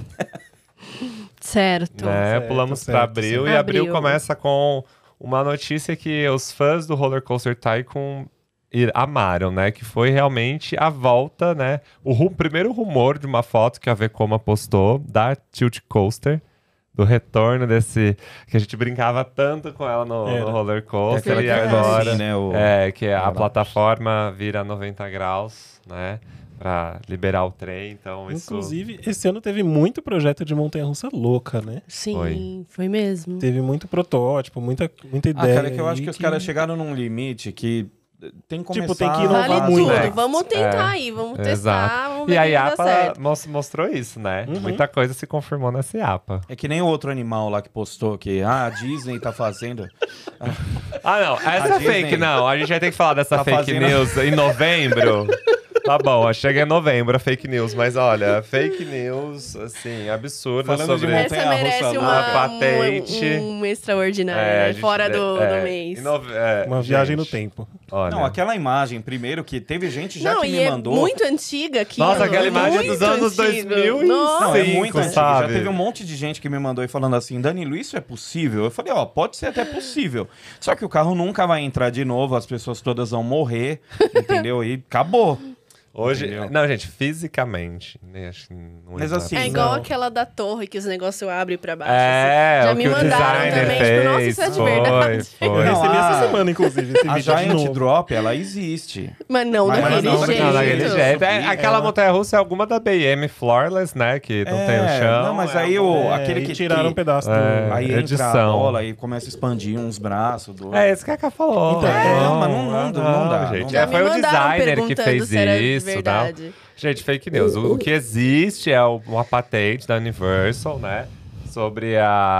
Certo. Né? certo, Pulamos certo, pra abril. certo. E abril Abril. começa com uma notícia que os fãs do Roller Coaster Tycoon amaram, né? Que foi realmente a volta, né? O primeiro rumor de uma foto que a Vekoma postou da Tilt Coaster, do retorno desse... Que a gente brincava tanto com ela no Era. Roller Coaster. É E verdade. agora... Assim, né, que a Caraca. plataforma vira 90 graus, né? Pra liberar o trem, então isso... Inclusive, esse ano teve muito projeto de montanha-russa louca, né? Sim, foi mesmo. Teve muito protótipo, muita ideia. cara, que eu acho aí que os caras chegaram num limite que tem que começar... Tipo, tem que inovar Vale muito, tudo. né? Vamos tentar aí, vamos testar, Exato. vamos ver E a o que vai dar IAPA certo. mostrou isso, né? Uhum. Muita coisa se confirmou nessa IAPA. É que nem o outro animal lá que postou que a Disney tá fazendo... Ah, não. Essa A é fake, Disney não. A gente vai ter que falar dessa tá fake fazendo- news em novembro. Tá bom, chega em novembro a fake news. Mas olha, fake news, assim, absurda Falando de sobre... montanha- Essa merece russa uma patente. um extraordinário, É, a né? gente Fora de- do mês. Uma viagem no gente, tempo. Olha. Não, aquela imagem, primeiro, que teve gente já Não, que e me é mandou... muito antiga aqui. Nossa, aquela imagem é dos anos 2000 e- Nossa. Não, é Cinco, muito antigo. sabe? Já teve um monte de gente que me mandou aí falando assim, Danilo, isso é possível? Eu falei, ó, pode ser até possível. Só que o carro nunca vai entrar de novo, as pessoas todas vão morrer, entendeu? E acabou. Hoje... Entendeu? Não, gente, fisicamente, né? Acho que não Mas existe. assim, É igual Não. aquela da torre que os negócios abrem pra baixo. É, assim. Já o me que o mandaram designer também. fez. Tipo, nossa, isso é de verdade. Foi. Eu Não, recebi a- essa semana, inclusive, esse A vídeo de Giant novo. Drop, ela existe. Mas não Mas daquele não jeito. Não, daquele jeito. É, Subir, aquela ela- montanha-russa é alguma da BM Floorless, né? Que não tem o chão. Não, mas é aí alguma- aquele e que tiraram um pedaço do... Aí entra a edição. bola e começa a expandir uns braços do... É isso que a Ká falou. Então, não, mas não dá, gente. não Já dá. me Foi o mandaram designer que perguntando fez se era isso, não? verdade. Gente, fake news. O que existe é uma patente da Universal, né? Sobre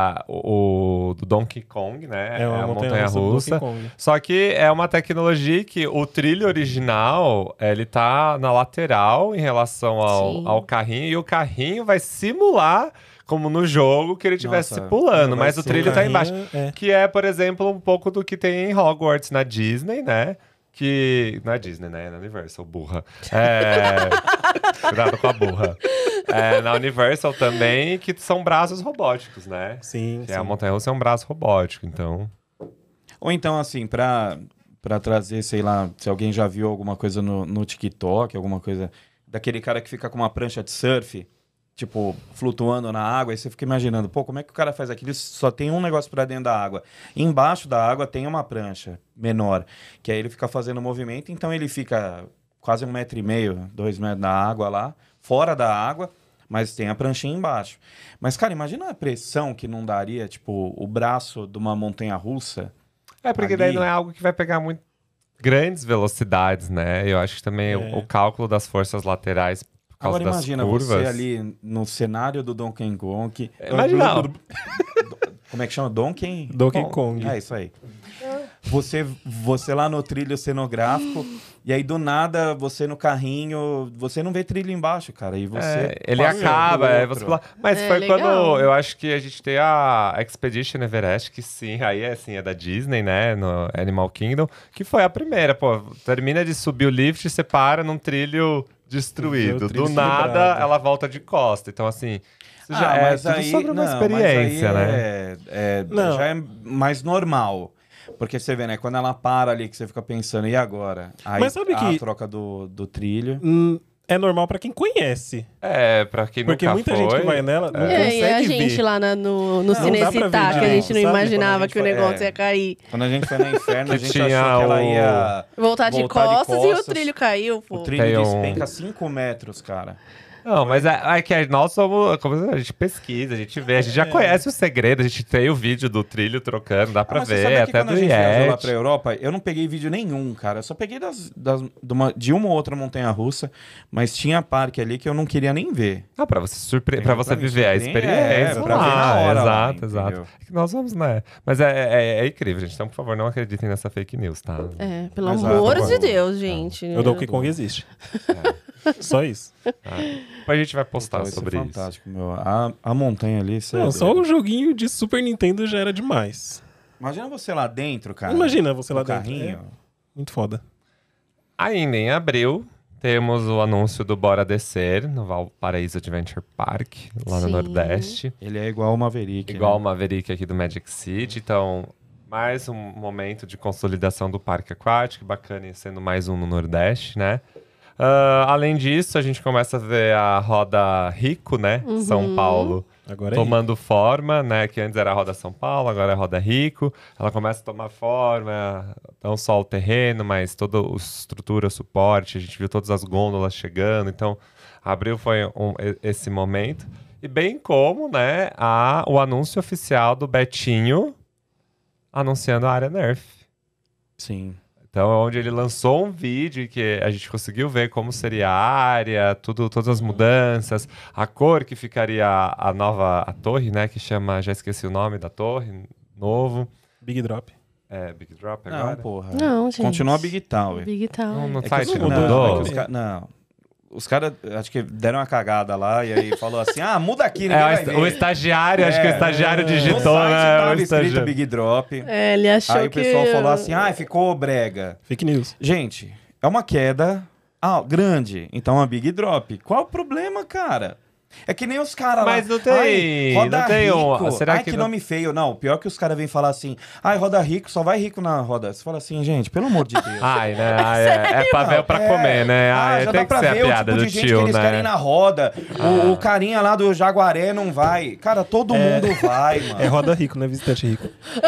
do Donkey Kong, né? É uma a montanha-russa do montanha-russa. Donkey Kong. Só que é uma tecnologia que o trilho original, ele tá na lateral em relação Sim. ao carrinho. E o carrinho vai simular, como no jogo, que ele estivesse Nossa, pulando. vai Mas o ser trilho tá embaixo. É. Que é, por exemplo, um pouco do que tem em Hogwarts na Disney, né? Que. Não é Disney, né? É na Universal, burra. Cuidado com a burra. Na Universal também, que são braços robóticos, né? Sim, Que sim. a montanha-russa é um braço robótico, então. Ou então, assim, pra trazer, sei lá, se alguém já viu alguma coisa no TikTok, alguma coisa... Daquele cara que fica com uma prancha de surf, tipo, flutuando na água, aí você fica imaginando, pô, como é que o cara faz aquilo? Só tem um negócio pra dentro da água. Embaixo da água tem uma prancha menor, que aí ele fica fazendo movimento, então ele fica quase 1,5 metro, 2 metros na água lá, fora da água, mas tem a pranchinha embaixo. Mas, cara, imagina a pressão que não daria, tipo, o braço de uma montanha-russa. É, porque daí não é algo que vai pegar muito grandes velocidades, né? Eu acho que também o cálculo das forças laterais por causa Agora das imagina curvas... você ali no cenário do Donkey Kong. Imagina. Como é que chama? Donkey Kong. É isso aí. Você lá no trilho cenográfico, e aí do nada você no carrinho, você não vê trilho embaixo, cara. E você. Ele acaba, você pula. Mas foi legal. quando eu acho que a gente tem a Expedition Everest, que sim, aí é da Disney, né? No Animal Kingdom, que foi a primeira, pô. Termina de subir o lift e você para num trilho destruído. Do nada, ela volta de costa. Então, assim. Já é tudo sobre uma experiência, né? Já é mais normal. Porque você vê, né? Quando ela para ali, que você fica pensando, e agora? Aí Mas sabe que a troca do trilho. É normal pra quem conhece. Pra quem nunca Porque muita gente que vai nela não consegue E a ver. gente lá no dá pra ver Cinecittà, que a direito, gente não sabe? imaginava Quando que o a gente negócio foi- ia cair. Quando a gente foi na Inferno, a Que gente tinha achou que ela o- ia Voltar de costas e o trilho caiu, O pô. trilho Tem um- despenca 5 metros, cara. Não, mas é que nós somos. Como a gente pesquisa, a gente vê, a gente já conhece o segredo, a gente tem o vídeo do trilho trocando, dá pra Mas você ver, sabe que até quando do a gente viajou lá Yeti. pra Europa, eu não peguei vídeo nenhum, cara. Eu só peguei de uma ou outra montanha-russa, mas tinha parque ali que eu não queria nem ver. Pra você, pra Pra você me viver a surpreender, experiência. pra ver na hora lá, exato, entendeu? exato. É que nós vamos, né? Mas é incrível, gente. Então, por favor, não acreditem nessa fake news, tá? Pelo Mas, amor por de favor. Deus, gente. O Donkey Kong existe. Só isso. Depois a gente vai postar Vai ser sobre isso. fantástico, meu. A montanha ali, você é Não, só doido. o joguinho de Super Nintendo já era demais. Imagina você lá dentro, cara. Imagina você lá no dentro. carrinho. É muito foda. Ainda em abril, temos o anúncio do Bora Descer, no Valparaíso Adventure Park, lá no Sim. Nordeste. Ele é igual o Maverick. Igual o né? Maverick aqui do Magic City. Então, mais um momento de consolidação do parque aquático, bacana e sendo mais um no Nordeste, né? Além disso, a gente começa a ver a roda Rico, né? São Paulo. Agora Tomando forma, né? Que antes era a Roda São Paulo, agora é a Roda Rico. Ela começa a tomar forma, não só o terreno, mas toda a estrutura, o suporte. A gente viu todas as gôndolas chegando. Então, abril foi esse momento. E bem como, né, o anúncio oficial do Betinho anunciando a área Nerf. Sim. Então, onde ele lançou um vídeo que a gente conseguiu ver como seria a área, todas as mudanças, a cor que ficaria a torre, né? Que chama, já esqueci o nome da torre, novo. Big Drop. Big Drop Não, agora? porra. Não, gente. Continua Big Tower. Big Tower. No É que site os- não mudou, mudou? é que Não. Os caras, acho que deram uma cagada lá e aí falou assim, muda aqui, ninguém vai ver. O estagiário, acho que o estagiário No digitou, site né? tava O escrito estagiário. Big Drop. Ele achou Aí o que... pessoal falou assim, ficou brega. Fake news. Gente, é uma queda grande, então é uma Big Drop. Qual o problema, cara? É que nem os caras lá. Mas não tem- Roda não tem rico. será que que não- nome feio. Não, pior que os caras vêm falar assim, roda rico, só vai rico na roda. Você fala assim, gente, pelo amor de Deus. Ai, né? É pavel pra comer, né? Já tem dá que pra ser a ver o piada tipo do de gente tio, que eles querem né? na roda. O carinha lá do Jaguaré não vai. Cara, todo mundo vai, mano. É roda rico, não é visitante rico.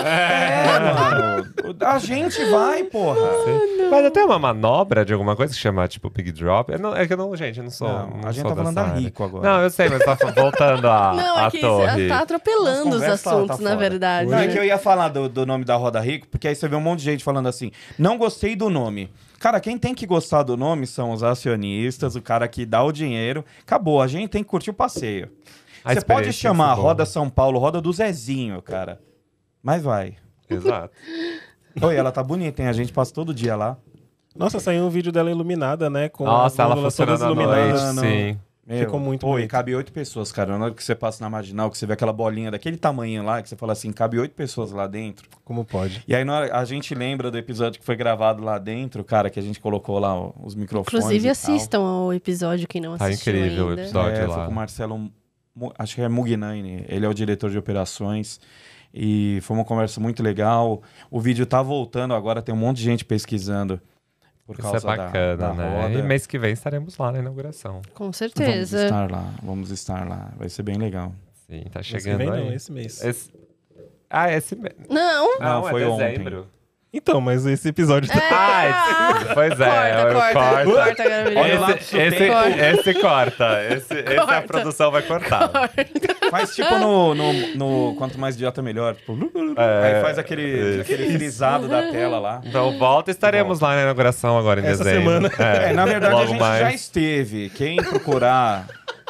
Mano. A gente vai, porra. Mas até uma manobra de alguma coisa que chama, tipo, Big Drop. É que eu não, gente, eu não sou. Não, não a gente sou tá falando dessa da área. Rico agora. Não, eu sei, mas tá voltando Não, é a que torre. você tá atropelando Nossa, os conversa assuntos, tá na foda. verdade. Não, é né? que eu ia falar do nome da Roda Rico, porque aí você vê um monte de gente falando assim, não gostei do nome. Cara, quem tem que gostar do nome são os acionistas, o cara que dá o dinheiro. Acabou, a gente tem que curtir o passeio. A Você pode experiência chamar foi boa. Roda São Paulo, Roda do Zezinho, cara. Mas vai. Exato. Oi, ela tá bonita, hein? A gente passa todo dia lá. Nossa, saiu um vídeo dela iluminada, né? Com Nossa, as ela gôndolas todas funcionando à noite, iluminadas. sim. Meu, Ficou muito pô, e bonito. cabe 8 pessoas, cara. Na hora que você passa na Marginal, que você vê aquela bolinha daquele tamanho lá, que você fala assim, cabe 8 pessoas lá dentro. Como pode? E aí a gente lembra do episódio que foi gravado lá dentro, cara, que a gente colocou lá os microfones. Inclusive, e assistam ao episódio, quem não Tá assistiu incrível o ainda. episódio. Foi lá. com o Marcelo, acho que é Mugnaini, ele é o diretor de operações. E foi uma conversa muito legal. O vídeo tá voltando agora, tem um monte de gente pesquisando. Por Isso é causa bacana, da né? roda. E mês que vem estaremos lá na inauguração. Com certeza. Vamos estar lá. Vai ser bem legal. Sim, tá Esse chegando vem aí. não, esse mês. Esse mês. Não, Não, foi é ontem. dezembro. Então, mas esse episódio tá... Pois é, Corta, Gabriel. Olha lá pro seu tempo. Esse corta. Esse a produção vai cortar. Faz tipo no Quanto Mais Idiota Melhor. Tipo, aí faz aquele frisado da tela lá. Então volta, estaremos lá na inauguração agora em Essa dezembro. semana. Na verdade, logo a gente mais. já esteve. Quem procurar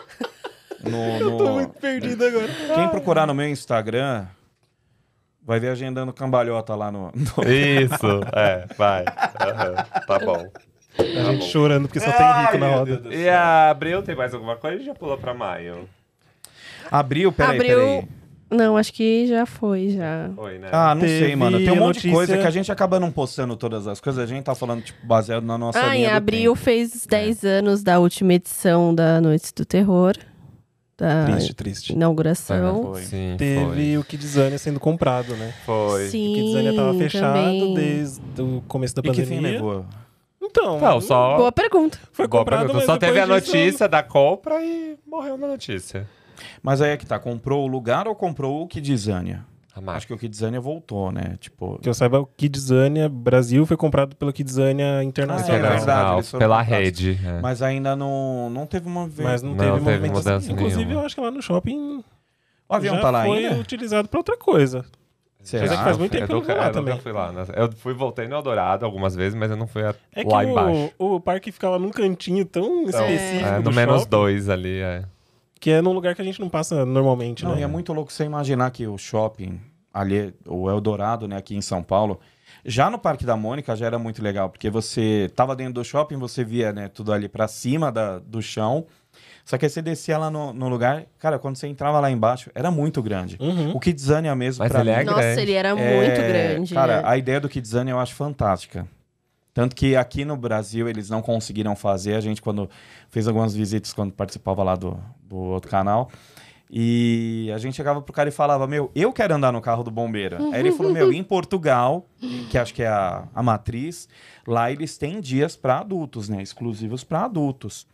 Eu tô muito perdido agora. Quem procurar no meu Instagram vai ver agendando cambalhota lá no... Isso, vai. Uhum, tá bom. A gente chorando porque só tem rico na roda. E a Abril, tem mais alguma coisa? Já pulou pra maio. Abril, peraí. Não, acho que já foi, já. Foi, né? Ah, não Teve sei, mano. Tem um monte de notícia- coisa que a gente acaba não postando todas as coisas. A gente tá falando, tipo, baseado na nossa Em linha do abril tempo. fez 10 anos da última edição da Noites do Terror. Da Triste. inauguração. Foi. Sim, Teve o Kidzania sendo comprado, né? foi. O Sim, Kidzania tava fechado também. desde o começo da E que fim pandemia. levou? Então, Não, só... Boa pergunta. foi Boa comprado, pergunta. mas Só teve a depois disso- notícia da compra e morreu na notícia. Mas aí é que tá. Comprou o lugar ou comprou o Kidzania? A marca. Acho que o Kidzania voltou, né? Tipo... Que eu saiba, o Kidzania Brasil foi comprado pelo Kidzania Ah, Internacional. é verdade, eles foram pela comprados. rede. É. Mas ainda não teve uma... Mas não Não teve teve movimentação. mudança Inclusive, nenhuma. eu acho que lá no shopping O avião já tá lá foi ainda? utilizado pra outra coisa. Será? Mas é que faz muito tempo que eu não vou lá nunca também. fui lá. Né? Eu voltei no Eldorado algumas vezes, mas eu não fui É que lá embaixo. o parque ficava num cantinho tão específico É, do no menos shopping, 2 ali, que é num lugar que a gente não passa normalmente, Não, né? e é muito louco você imaginar que o shopping ali, o Eldorado, né, aqui em São Paulo, já no Parque da Mônica já era muito legal, porque você tava dentro do shopping, você via, né, tudo ali pra cima do chão, só que aí você descia lá no lugar, cara, quando você entrava lá embaixo, era muito grande. Uhum. O Kidzania mesmo, Mas pra ele mim, é Nossa, grande. ele era muito grande. Cara, né? a ideia do Kidzania eu acho fantástica. Tanto que aqui no Brasil eles não conseguiram fazer. A gente, quando fez algumas visitas, quando participava lá do outro canal, e a gente chegava pro cara e falava, meu, eu quero andar no carro do bombeiro. Aí ele falou, meu, em Portugal, que acho que é a matriz, lá eles têm dias para adultos, né? Exclusivos para adultos.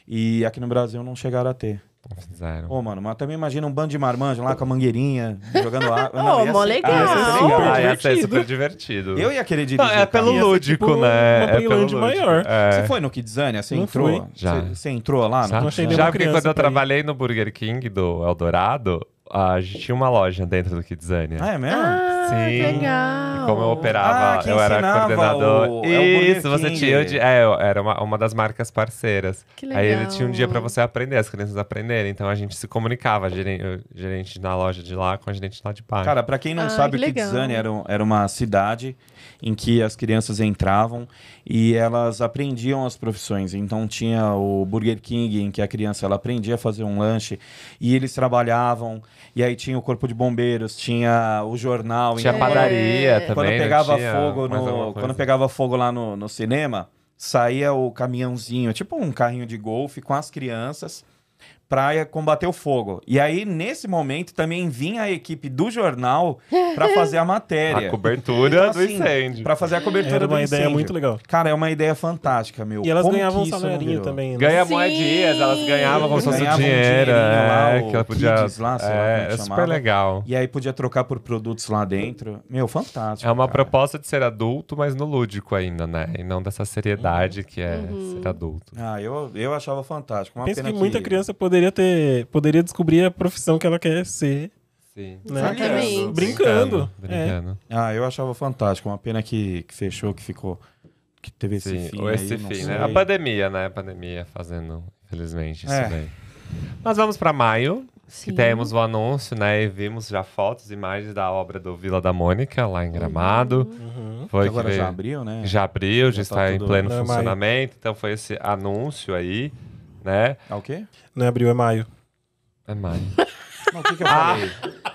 E aqui no Brasil não chegaram a ter. Não fizeram. Ô, mano, mas também imagina um bando de marmanjo lá com a mangueirinha, jogando água. Ô, mó legal. ia ser legal. Ia ser divertido. super divertido. Eu ia querer dirigir. Não, é o carro. pelo Ia ser lúdico, tipo né? uma É pelo Brainland lúdico. maior. É. Você foi no Kidzania? Você Não entrou? fui. Já. Você entrou lá? Já, Não achei já nenhuma porque quando criança eu pra ir. trabalhei no Burger King do Eldorado, a gente tinha uma loja dentro do Kidzania. Ah, é mesmo? Ah, Sim. legal. E como eu operava, Ah, que eu era ensinava coordenador. o Burger Isso, você King. tinha era uma das marcas parceiras. Que Aí ele legal. tinha um dia pra você aprender, as crianças aprenderem. Então a gente se comunicava, gerente na loja de lá com a gerente lá de baixo. Cara, pra quem não Ah, sabe, o que legal. Kidzania era uma cidade em que as crianças entravam e elas aprendiam as profissões. Então tinha o Burger King, em que a criança ela aprendia a fazer um lanche e eles trabalhavam. E aí tinha o corpo de bombeiros, tinha o jornal. tinha então, padaria também. Quando não pegava tinha fogo mais alguma coisa? quando pegava fogo lá no cinema, saía o caminhãozinho, tipo um carrinho de golfe com as crianças pra combater o fogo. E aí, nesse momento, também vinha a equipe do jornal pra fazer a matéria. A cobertura Então, do assim, incêndio. Pra fazer a cobertura Era do uma incêndio. ideia muito legal. Cara, é uma ideia fantástica, meu. E elas Como ganhavam um que isso não salerinho virou? também, né? Ganha Sim. moedinhas, elas ganhavam como se fosse Ganhavam um dinheiro. dinheirinho lá, o Que ela podia. Kids lá, sei lá como é que é super chamava. legal. E aí podia trocar por produtos lá dentro. Meu, fantástico. É uma cara. proposta de ser adulto, mas no lúdico ainda, né? E não dessa seriedade que é ser adulto. Ah, eu achava fantástico. Uma Penso pena que muita criança poderia descobrir a profissão que ela quer ser, Sim. né? Exatamente. Brincando. Brincando. Ah, eu achava fantástico. Uma pena que fechou, que teve esse Sim, fim. ou esse aí, não fim, sei. né? A pandemia, né? A pandemia fazendo, infelizmente, isso É. daí. Mas vamos pra maio, que Sim. temos o anúncio, né? E vimos já fotos, imagens da obra do Vila da Mônica, lá em Gramado. Uhum. Foi Que agora veio- já abriu, né? Já abriu, já Já está tá em tudo- pleno Não, é maio. funcionamento. Então foi esse anúncio aí, né? Ah, o quê? Não é abril, é maio. É maio. Não, o que eu falei?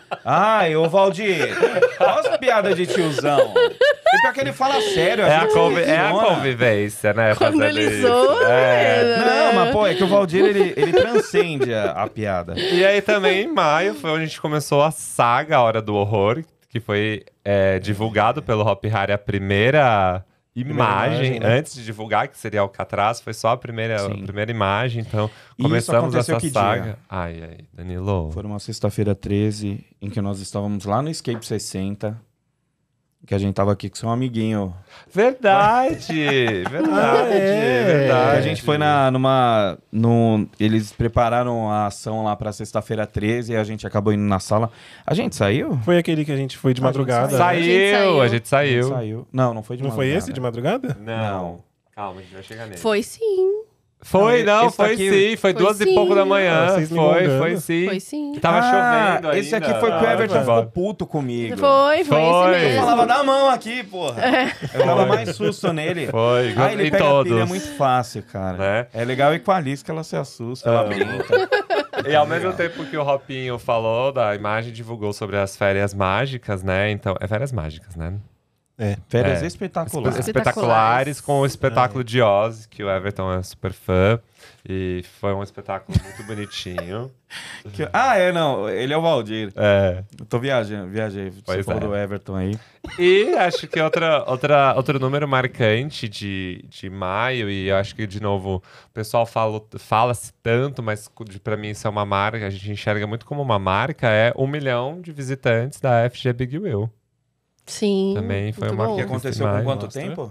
Ai, ô Valdir, olha as piadas de tiozão. E pior que ele fala sério. É a gente funciona. convivência, né? Quando fazendo ele isso. zoa, É. Não, mas pô, é que o Valdir, ele transcende a piada. E aí também em maio foi onde a gente começou a saga A Hora do Horror, que foi divulgado pelo Hop Hari a primeira imagem, imagem, né? antes de divulgar, que seria Alcatraz, foi só a primeira Sim. imagem, então E começamos isso aconteceu essa que saga. dia? Ai, Danilo. Foi uma sexta-feira 13, em que nós estávamos lá no Escape 60. Que a gente tava aqui com seu amiguinho. Verdade! Verdade! Verdade. Que a gente foi eles prepararam a ação lá pra sexta-feira 13 e a gente acabou indo na sala. A gente saiu? Foi aquele que a gente foi de madrugada. né? Saiu, a gente A saiu. gente saiu. Não foi de Não foi madrugada. esse de madrugada? Não. Calma, a gente vai chegar nele. Foi sim. Foi, Não, esse foi daqui- sim. Foi Foi 2 e sim. pouco da manhã. Ah, vocês me Foi enganando. sim. Foi sim. Que tava chovendo Esse aqui ainda. foi que o Everton vai. ficou puto comigo. Foi Foi. esse Eu mesmo. falava, dá a mão aqui, porra. Eu dava Foi. mais susto nele. Foi, Ah, ele e pega a todos. pilha muito fácil, cara. Né? É legal ir com a Alice que ela se assusta, ela brinca. E ao mesmo tempo que o Hopinho falou da imagem, divulgou sobre as férias mágicas, né? Então, é férias mágicas, né? Férias É. espetaculares. Espetaculares com o espetáculo de Oz, que o Everton é super fã. E foi um espetáculo muito bonitinho. Não, ele é o Valdir. É. Eu tô viajei. Você Pois falou é. do Everton aí. E acho que outro número marcante de maio, e acho que, de novo, o pessoal fala-se tanto, mas pra mim isso é uma marca, a gente enxerga muito como uma marca, é 1 milhão de visitantes da FG Big Wheel. Sim. Também foi muito uma bom. Que aconteceu com Maio, quanto mostra. tempo?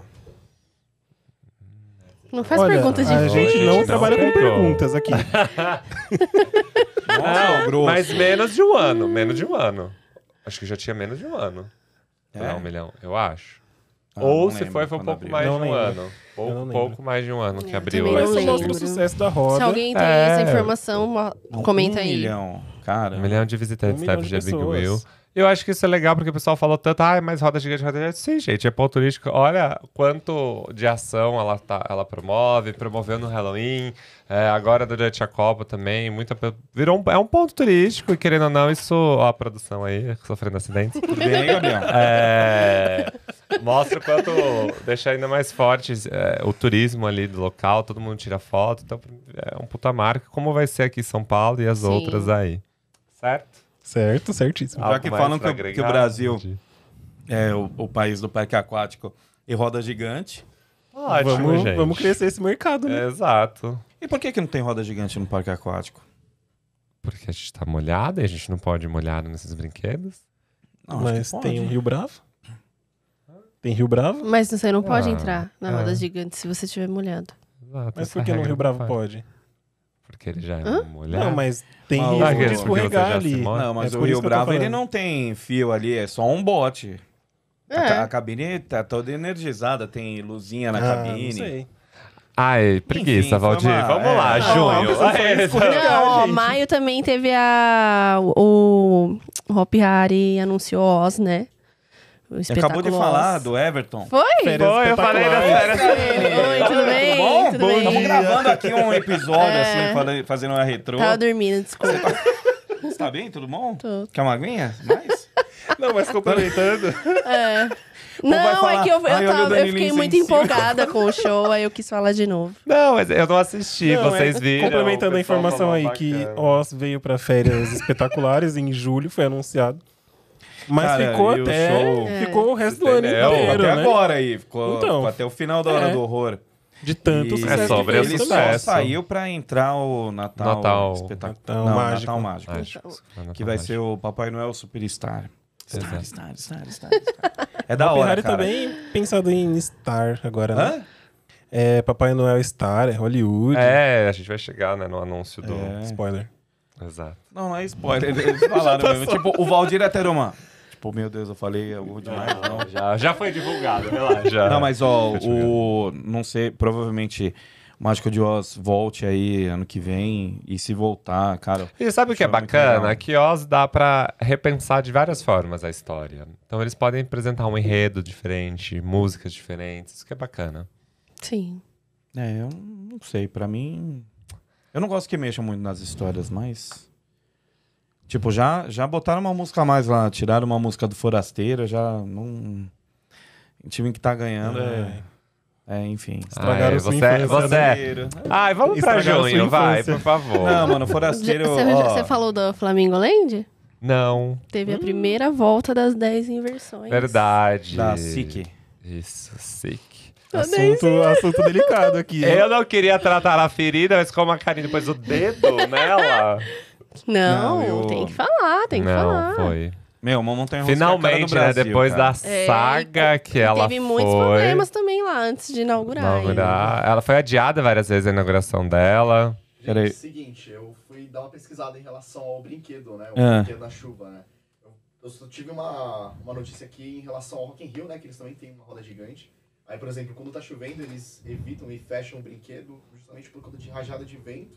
Não faz Olha, perguntas a difíceis. gente não Não trabalha com pegou. perguntas aqui. Nossa, grosso. Mas menos de um ano. Acho que já tinha menos de um ano. É? Não, 1 milhão, eu acho. Ah, Ou não se lembro foi um quando pouco abriu. mais Não de um lembro. ano. Eu não lembro. Pouco mais de um ano que abriu. também Mas não isso lembro. mostra o sucesso da roda. Se alguém tem É. essa informação, comenta 1 aí. milhão, cara. 1 milhão de visitantes 1 da milhão de FG Big pessoas. Wheel. Eu acho que isso é legal porque o pessoal falou tanto, mas roda gigante, roda gigante. Sim, gente, é ponto turístico. Olha quanto de ação ela promoveu no Halloween, agora durante a Copa também. É um ponto turístico e, querendo ou não, isso. Ó, a produção aí, sofrendo acidentes. Tudo bem aí, Gabriel? Mostra o quanto deixa ainda mais forte o turismo ali do local, todo mundo tira foto. Então, é um puta marca. Como vai ser aqui em São Paulo e as Sim. outras aí? Certo? Certo, certíssimo. Já Algo que mais falam pra que o agregar, Brasil Andy? é o país do parque aquático e roda gigante. Ótimo, gente. Vamos crescer esse mercado, né? Exato. E por que não tem roda gigante no parque aquático? Porque a gente tá molhado e a gente não pode ir molhado nesses brinquedos. Não, acho Mas que tem um pode. Rio Bravo. Tem Rio Bravo? Mas você não pode Ah, entrar na roda gigante se você estiver molhado. Exato. Mas essa por que no regra Rio Bravo não pode? Porque ele já é Hã? molhado. Não, mas tem Ah, risco porque de você escorregar já se ali. molha. Não, mas É o por Rio isso que eu tô Bravo ele falando. não tem fio ali, é só um bote. É. A cabine tá toda energizada, tem luzinha na Ah, cabine. não sei. Ai, preguiça, Enfim, foi Valdir. uma- Vamos lá, é. junho. Não, Ai, escorregar, Não, ó, gente. maio também teve o Hopi Hari anunciou Oz, né? O Você acabou de espetáculo falar Oz. do Everton. Foi? Férias eu falei das espetaculares. férias. Oi, tudo bem? Bom? Tudo Bom bem? Estamos dia. gravando aqui um episódio, É. assim, fazendo uma retrô. Tava dormindo, desculpa. Você tá bem? Tudo bom? Tô. Quer uma aguinha? Mais? Não, mas complementando. vai Não, falar, é que eu olha o fiquei Danilinho muito sensível. empolgada com o show, aí eu quis falar de novo. Não, mas eu não assisti, Não, vocês viram. Complementando o a pessoal informação falou aí que bacana. Oz veio pra férias espetaculares em julho, foi anunciado. Mas Cara, ficou e o até. show- Ficou o resto do ano Entendeu? inteiro, até né? agora aí. Ficou, Então. ficou até o final da hora É. do horror. De tanto E sucesso. É sobre que o fez ele também. sucesso. só saiu pra entrar o Natal espetacular. Natal Não, Mágico. Natal Mágico. Mágico. Que vai ser o Papai Noel Superstar. Exato. Star. É da Hopi hora, Hari cara. também pensado em Star agora, né? Hã? É Papai Noel Star, é Hollywood. É, a gente vai chegar, né, no anúncio do... É. Spoiler. Exato. Não é spoiler. Eles falaram mesmo. Tipo, o Valdir até uma... Tipo, meu Deus, eu falei algo demais. Não. Já foi divulgado, relaxa. Não, mas ó, Deixa eu não sei, provavelmente o Mágico de Oz volte aí ano que vem e se voltar, cara. E sabe o que é Isso é muito bacana? legal. Que Oz dá pra repensar de várias formas a história. Então eles podem apresentar um enredo diferente, músicas diferentes, isso que é bacana. Sim. É, eu não sei, pra mim... Eu não gosto que mexam muito nas histórias, mas... Tipo, já botaram uma música a mais lá, tiraram uma música do Forasteiro, já não... O time que tá ganhando enfim. Estragaram sua você, infância, você... Ai, vamos pra Estragaram sua junho, vai, infância. por favor. Não, mano, Forasteiro... Você falou do Flamengo Land? Não, Teve a primeira volta das 10 inversões. verdade. Da SIC. Isso, SIC. Assunto delicado aqui. hein? Eu não queria tratar a ferida, mas como a Karine pôs o dedo nela... Não, Não, eu- tem que falar, tem que não, falar. foi. Meu, uma montanha-russa Finalmente, é a cara do Brasil, depois cara. da saga que ela Teve muitos foi problemas também lá antes de inaugurar. Ela foi adiada várias vezes a inauguração dela. Peraí. Gente, seguinte, eu fui dar uma pesquisada em relação ao brinquedo, né? O brinquedo da chuva, né? Eu só tive uma notícia aqui em relação ao Rock in Rio, né? Que eles também têm uma roda gigante. Aí, por exemplo, quando tá chovendo, eles evitam e fecham o brinquedo justamente por conta de rajada de vento.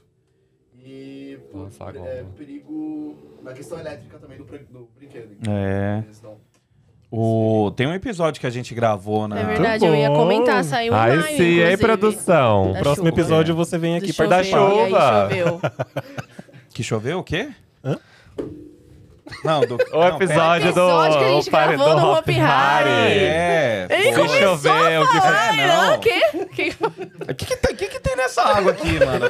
E por perigo na questão elétrica também do brinquedo. Eles não... Tem um episódio que a gente gravou na... É verdade, eu ia comentar, saiu em maio, Aí sim, aí inclusive. produção. Da Próximo chuva. episódio você vem aqui para dar Choveu, e aí chuva. choveu. Que choveu o quê? Hã? Não, do... O episódio do... episódio que a gente gravou no Hopi Hari. É. Ele pô. Se chover, o que Ah, não. O quê? O que tem nessa água aqui, mano?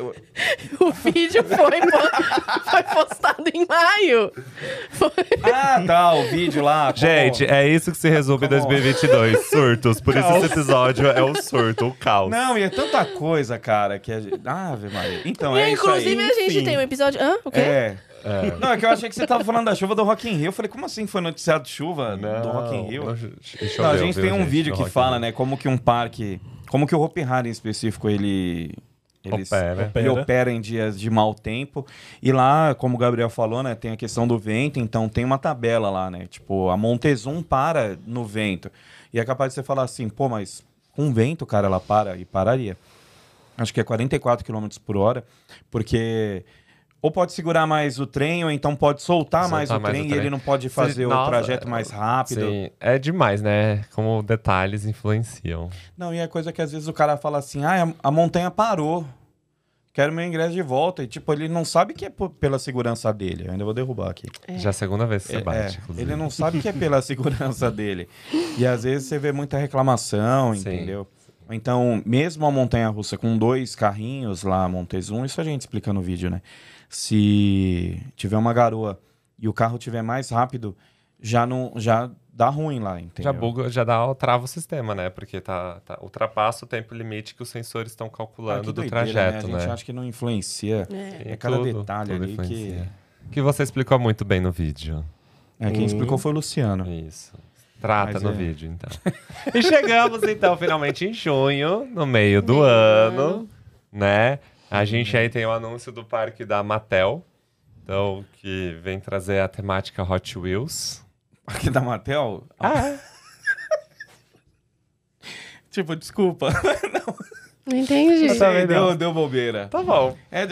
O vídeo foi postado em maio. Ah, tá, o vídeo lá. Gente, é isso que se resume em 2022. Surtos. Por isso esse episódio é o surto, o caos. Não, e é tanta coisa, cara, que a gente... Ave Maria. Então, E, é isso aí. inclusive, a gente Enfim. tem um episódio... Hã? O quê? Não, é que eu achei que você tava falando da chuva do Rock in Rio. Eu falei, como assim foi noticiado de chuva do Rock in Rio? Não, a gente tem um vídeo que fala, né, como que um parque... Como que o Hopi Hari, em específico, ele opera em dias de mau tempo. E lá, como o Gabriel falou, né, tem a questão do vento. Então, tem uma tabela lá, né? Tipo, a Montezum para no vento. E é capaz de você falar assim, pô, mas com vento, cara, ela para. E pararia. Acho que é 44 km por hora. Porque... Ou pode segurar mais o trem, ou então pode soltar mais o trem e ele não pode fazer o trajeto mais rápido. Sim, é demais, né? Como detalhes influenciam. Não, e é coisa que às vezes o cara fala assim, a montanha parou, quero meu ingresso de volta. E tipo, ele não sabe que é pela segurança dele. Eu ainda vou derrubar aqui. Já é a segunda vez que você bate, inclusive. Ele não sabe que é pela segurança dele. E às vezes você vê muita reclamação, Sim. entendeu? Então, mesmo a montanha-russa com 2 carrinhos lá, Montezum, isso a gente explica no vídeo, né? Se tiver uma garoa e o carro estiver mais rápido, já dá ruim lá, entendeu? Já buga, trava o sistema, né? Porque ultrapassa o tempo limite que os sensores estão calculando que do doideira, trajeto, né? A gente né? acha que não influencia. Sim, É cada tudo detalhe ali influencia. Que você explicou muito bem no vídeo. Quem explicou foi o Luciano. Isso. Trata Mas no vídeo, então. E chegamos, então, finalmente em junho, no meio do ano, né? A gente aí tem o anúncio do parque da Mattel, então, que vem trazer a temática Hot Wheels. Parque da Mattel? Ah, Tipo, desculpa. Não entendi. Tá vendo? Deu bobeira. tá bom.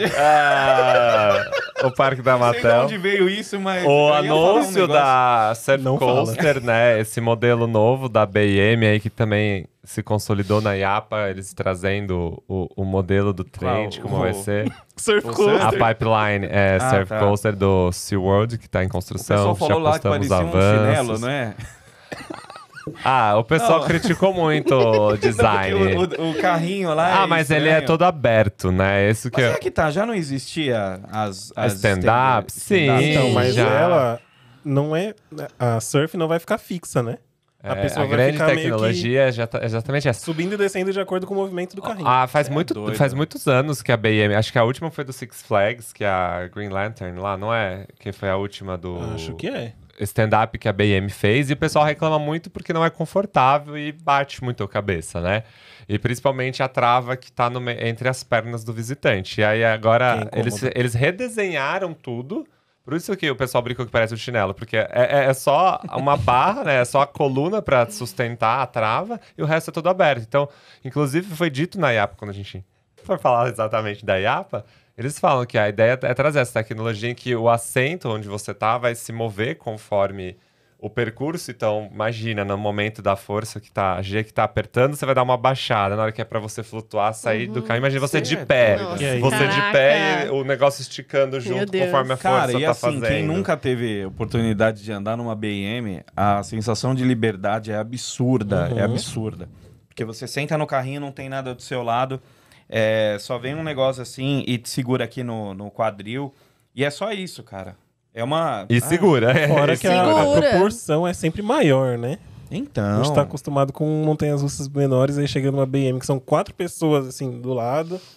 É O parque da Não sei de Mattel. onde veio isso, mas... O eu ia falar um anúncio negócio. da Surf Não fala. Coaster, né? Esse modelo novo da BM aí que também se consolidou na IAPA, eles trazendo o modelo do trem, de como vai ser. Surf O Coaster. A pipeline Surf tá. Coaster do SeaWorld, que tá em O construção. pessoal falou já lá que postamos parecia um avanços. chinelo, não é? O pessoal Não. criticou muito o design. Não, porque o carrinho lá Mas ele é todo aberto, né? Isso que Mas é que tá, já não existia as stand-up? Sim. Então, mas já. ela não é... A Surf não vai ficar fixa, né? A pessoa vai grande ficar meio que tecnologia é exatamente essa. subindo e descendo de acordo com o movimento do carrinho. Faz doido. muitos anos que a BM... Acho que a última foi do Six Flags, que é a Green Lantern lá, não é? Que foi a última do... Acho que é. stand-up que a BM fez, e o pessoal reclama muito porque não é confortável e bate muito a cabeça, né? E principalmente a trava que tá entre as pernas do visitante. E aí agora Que incômodo. eles redesenharam tudo. Por isso que o pessoal brincou que parece um chinelo, porque é só uma barra, né? É só a coluna para sustentar a trava e o resto é todo aberto. Então, inclusive foi dito na IAPA, quando a gente for falar exatamente da IAPA, eles falam que a ideia é trazer essa tecnologia em que o assento onde você tá vai se mover conforme o percurso. Então, imagina, no momento da força que tá, a G que tá apertando, você vai dar uma baixada. Na hora que é pra você flutuar, sair do carro. Imagina você de pé. Nossa, E aí? Você de caraca. pé e o negócio esticando Meu junto Deus. conforme a Cara, força e tá assim, fazendo. quem nunca teve oportunidade de andar numa BM, a sensação de liberdade é absurda, é absurda. Porque você senta no carrinho, não tem nada do seu lado, só vem um negócio assim e te segura aqui no quadril, e é só isso, cara. É uma... E segura. Fora que a Segura. proporção é sempre maior, né? Então... A gente tá acostumado com montanhas russas menores, aí chega numa BM que são 4 pessoas, assim, do lado.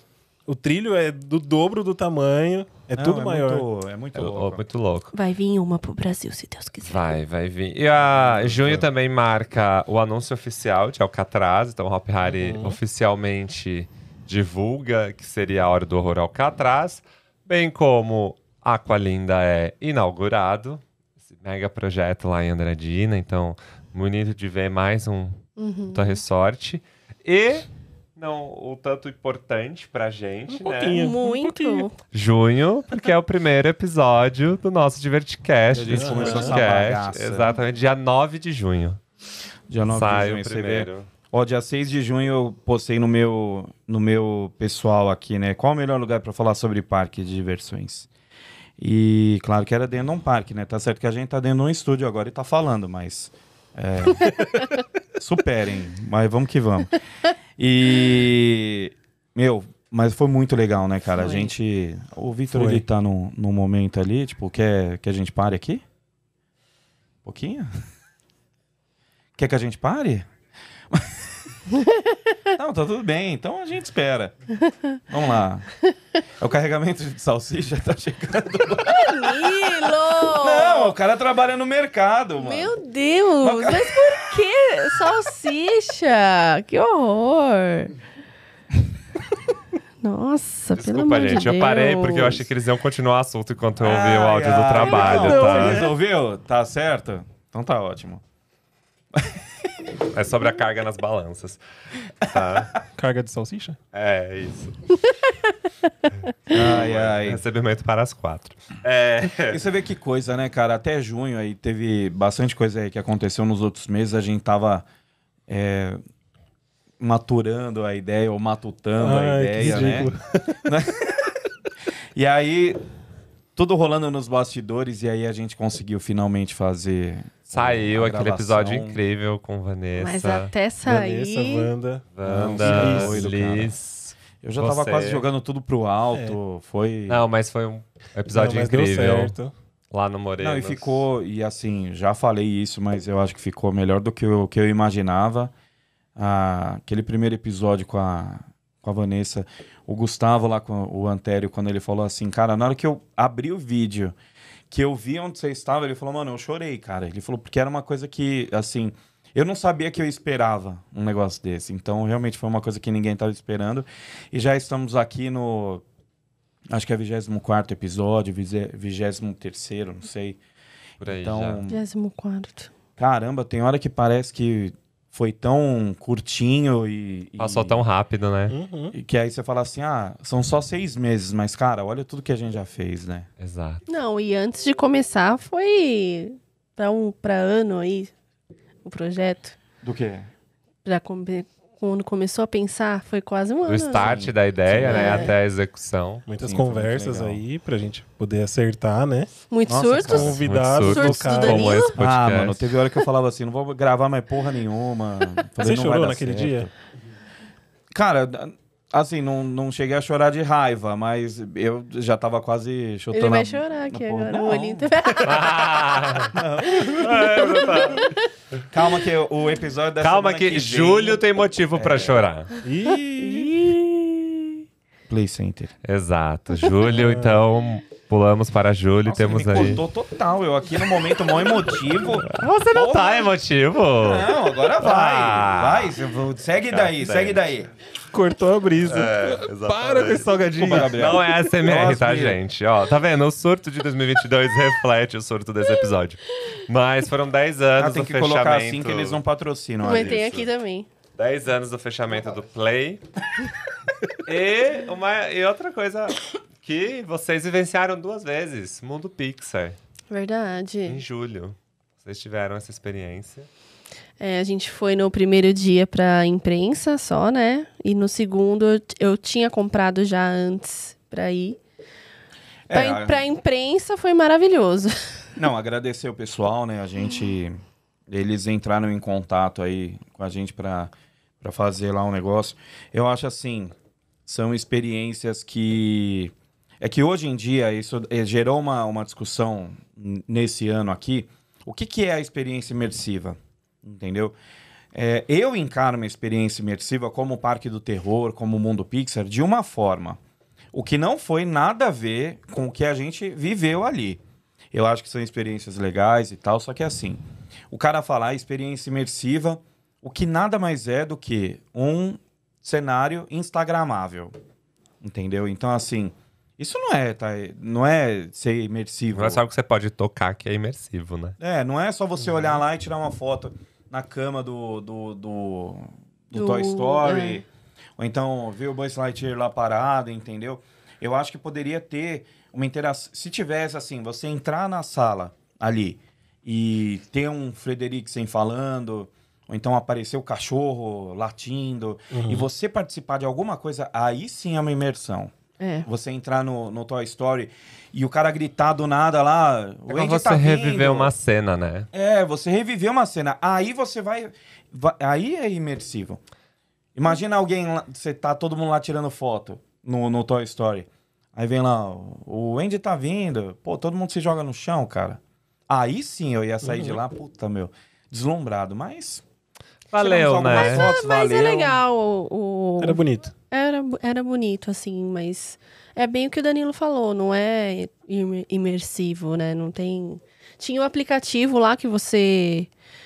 O trilho é do dobro do tamanho, tudo maior. É muito louco. Muito louco. Vai vir uma pro Brasil, se Deus quiser. Vai vir. E a junho também marca o anúncio oficial de Alcatraz. Então, o Hop Hari oficialmente divulga que seria a Hora do Horror Alcatraz. Bem como Aqualinda é inaugurado. Esse mega projeto lá em Andradina. Então, bonito de ver mais um resort. E... não o tanto importante pra gente, né? Muito. Junho, porque é o primeiro episódio do nosso Diverticast. A gente começou essa Diverticast. bagaça. Exatamente, dia 9 de junho. Dia 9 Sai de junho, o você vê. primeiro. Ó, dia 6 de junho eu postei no meu pessoal aqui, né? Qual o melhor lugar pra falar sobre parque de diversões? E claro que era dentro de um parque, né? Tá certo que a gente tá dentro de um estúdio agora e tá falando, mas... superem, mas vamos que vamos. E... mas foi muito legal, né, cara? Foi. A gente... O Victor, ele tá num momento ali, tipo, quer que a gente pare aqui? Um pouquinho? Quer que a gente pare? Não, tá tudo bem. Então a gente espera. Vamos lá. O carregamento de salsicha tá chegando. Danilo! Não, o cara trabalha no mercado, mano. Meu Deus! Mas por que salsicha? Que horror! Nossa, pelo Desculpa, amor de gente. Deus. Eu parei porque eu achei que eles iam continuar o assunto enquanto eu ouvi o áudio do trabalho, não, tá? Você resolveu? Tá certo? Então tá ótimo. É sobre a carga nas balanças. Tá? Carga de salsicha? É, isso. Ai. Recebimento para as 4. E você vê que coisa, né, cara? Até junho aí teve bastante coisa aí que aconteceu nos outros meses. A gente tava maturando a ideia, ou matutando a ideia, né? E aí, tudo rolando nos bastidores, e aí a gente conseguiu finalmente fazer... Saiu a aquele gravação. episódio incrível com Vanessa. Mas até sair... Vanessa, Wanda. Wanda, Nossa, Liz. Eu já tava Você. quase jogando tudo pro alto, foi... Não, mas foi um episódio Mas incrível. deu certo. Lá no Moreno. Não, e ficou, e assim, já falei isso, mas eu acho que ficou melhor do que eu imaginava. Aquele primeiro episódio com a Vanessa, o Gustavo lá com o Antério, quando ele falou assim, cara, na hora que eu abri o vídeo, que eu vi onde você estava, ele falou, mano, eu chorei, cara. Ele falou, porque era uma coisa que, assim, eu não sabia que eu esperava um negócio desse. Então, realmente foi uma coisa que ninguém estava esperando. E já estamos aqui no... Acho que é 24º episódio, 23º, não sei. Por aí Então, 24º. caramba, tem hora que parece que foi tão curtinho Passou tão rápido, né? e que aí você fala assim, são só 6 meses, mas, cara, olha tudo que a gente já fez, né? Exato. Não, e antes de começar foi pra ano aí o projeto. Do quê? Quando começou a pensar, foi quase um ano. Do start da ideia, né? É. Até a execução. Muitas Sim, foi muito conversas legal. aí pra gente poder acertar, né? Muitos Nossa, surtos. cara. Convidados Muitos surtos locais. do Danilo? Como esse podcast. Mano, teve hora que eu falava assim, não vou gravar mais porra nenhuma. Falei, Você não vai chorou dar naquele certo. dia? Cara, assim, não cheguei a chorar de raiva, mas eu já tava quase chutando. Ele vai a- chorar aqui na porra. agora. Não. O olhinho tá... Calma que o episódio da Calma semana que vem- julho tem motivo pra chorar. Play Center. Exato. Julho, então, pulamos para julho. Nossa, Temos ele me aí... cortou total. Eu aqui no momento mó emotivo. Você não Porra. tá emotivo? Não, agora vai. Ah. Vai, segue daí, segue daí. Cortou a brisa. exatamente. Para com esse salgadinho. Desculpa, Gabriel. Não é SMR, tá, Nossa, gente? Ó, tá vendo? O surto de 2022 reflete o surto desse episódio. Mas foram 10 anos Tem do que fechamento. colocar assim que eles não patrocinam. Mas Alex. tem aqui também. 10 anos do fechamento do Play. E outra coisa que vocês vivenciaram 2 vezes. Mundo Pixar, em Verdade. julho. Vocês tiveram essa experiência. A gente foi no primeiro dia pra imprensa só, né? E no segundo eu tinha comprado já antes pra ir. Pra imprensa foi maravilhoso. Não, agradecer o pessoal, né? Eles entraram em contato aí com a gente pra fazer lá um negócio. Eu acho assim, são experiências que... É que hoje em dia isso gerou uma discussão nesse ano aqui. O que é a experiência imersiva? Entendeu? Eu encaro uma experiência imersiva como o Parque do Terror, como o Mundo Pixar, de uma forma. O que não foi nada a ver com o que a gente viveu ali. Eu acho que são experiências legais e tal, só que assim, o cara falar experiência imersiva, o que nada mais é do que um cenário instagramável, entendeu? Então, assim, isso não é ser imersivo. Não é só o que você pode tocar que é imersivo, né? Não é só você olhar lá e tirar uma foto na cama do Toy Story, ou então ver o Buzz Lightyear lá parado, entendeu? Eu acho que poderia ter uma interação. Se tivesse, assim, você entrar na sala ali e ter um Frederiksen falando, ou então aparecer o cachorro latindo, e você participar de alguma coisa, aí sim é uma imersão. Você entrar no Toy Story e o cara gritar do nada lá... É como você reviver uma cena, né? Você reviver uma cena. Aí você vai... Aí é imersivo. Imagina alguém... Você tá todo mundo lá tirando foto no Toy Story. Aí vem lá, o Andy tá vindo. Pô, todo mundo se joga no chão, cara. Aí sim eu ia sair de lá, puta, meu, deslumbrado. Mas... Valeu, né? Mas é legal. Era bonito. Era bonito, assim, mas é bem o que o Danilo falou, não é imersivo, né? Não tem... Tinha um aplicativo lá que você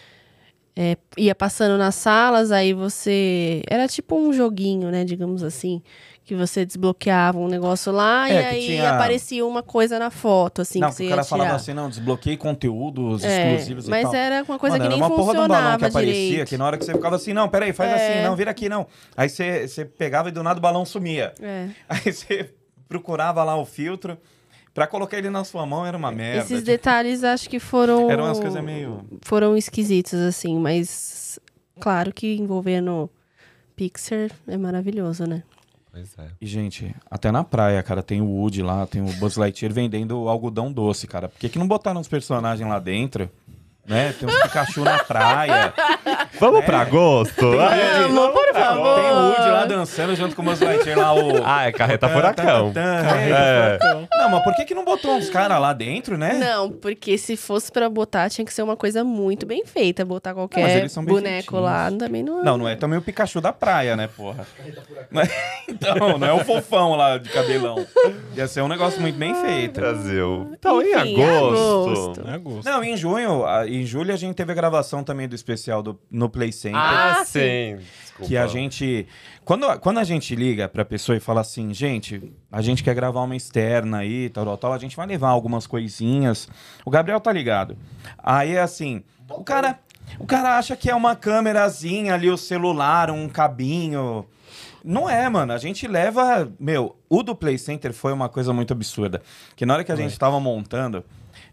ia passando nas salas, aí você... Era tipo um joguinho, né, digamos assim, que você desbloqueava um negócio lá e aí aparecia uma coisa na foto, assim, não, que você o cara ia tirar. falava assim, não, desbloqueei conteúdos exclusivos e tal. Mas era uma coisa que nem era uma porra de um balão que aparecia, direito. que na hora que você ficava assim, não, peraí, faz assim, não, vira aqui, não. Aí você pegava e do nada o balão sumia. Aí você procurava lá o filtro, pra colocar ele na sua mão era uma merda. Esses detalhes acho que foram... Eram umas coisas meio... Foram esquisitos, assim, mas claro que envolvendo Pixar é maravilhoso, né? Pois é. E, gente, até na praia, cara, tem o Woody lá, tem o Buzz Lightyear vendendo algodão doce, cara. Por que não botaram uns personagens lá dentro? Né? Tem uns Pikachu na praia. Vamos pra agosto? Vamos, por favor. Tem o Woody lá dançando junto com o Buzz Lightyear lá. É Carreta Furacão. Não, mas por que não botou uns caras lá dentro, né? Não, porque se fosse pra botar, tinha que ser uma coisa muito bem feita. Botar Mas qualquer eles são bem boneco lá também não... Não é também o Pikachu da praia, né, porra? Então, não é o fofão lá de cabelão. Ia ser um negócio muito bem feito. Brasil. Então, em Enfim, agosto. Não, em junho, em julho a gente teve a gravação também do especial no Play Center. Sim. Desculpa. Que a gente... Quando a gente liga pra pessoa e fala assim, gente, a gente quer gravar uma externa aí, tal, a gente vai levar algumas coisinhas. O Gabriel tá ligado. Aí é assim, o cara acha que é uma câmerazinha ali, o celular, um cabinho. Não é, mano. A gente leva... Meu, o do Play Center foi uma coisa muito absurda. Que na hora que a gente tava montando...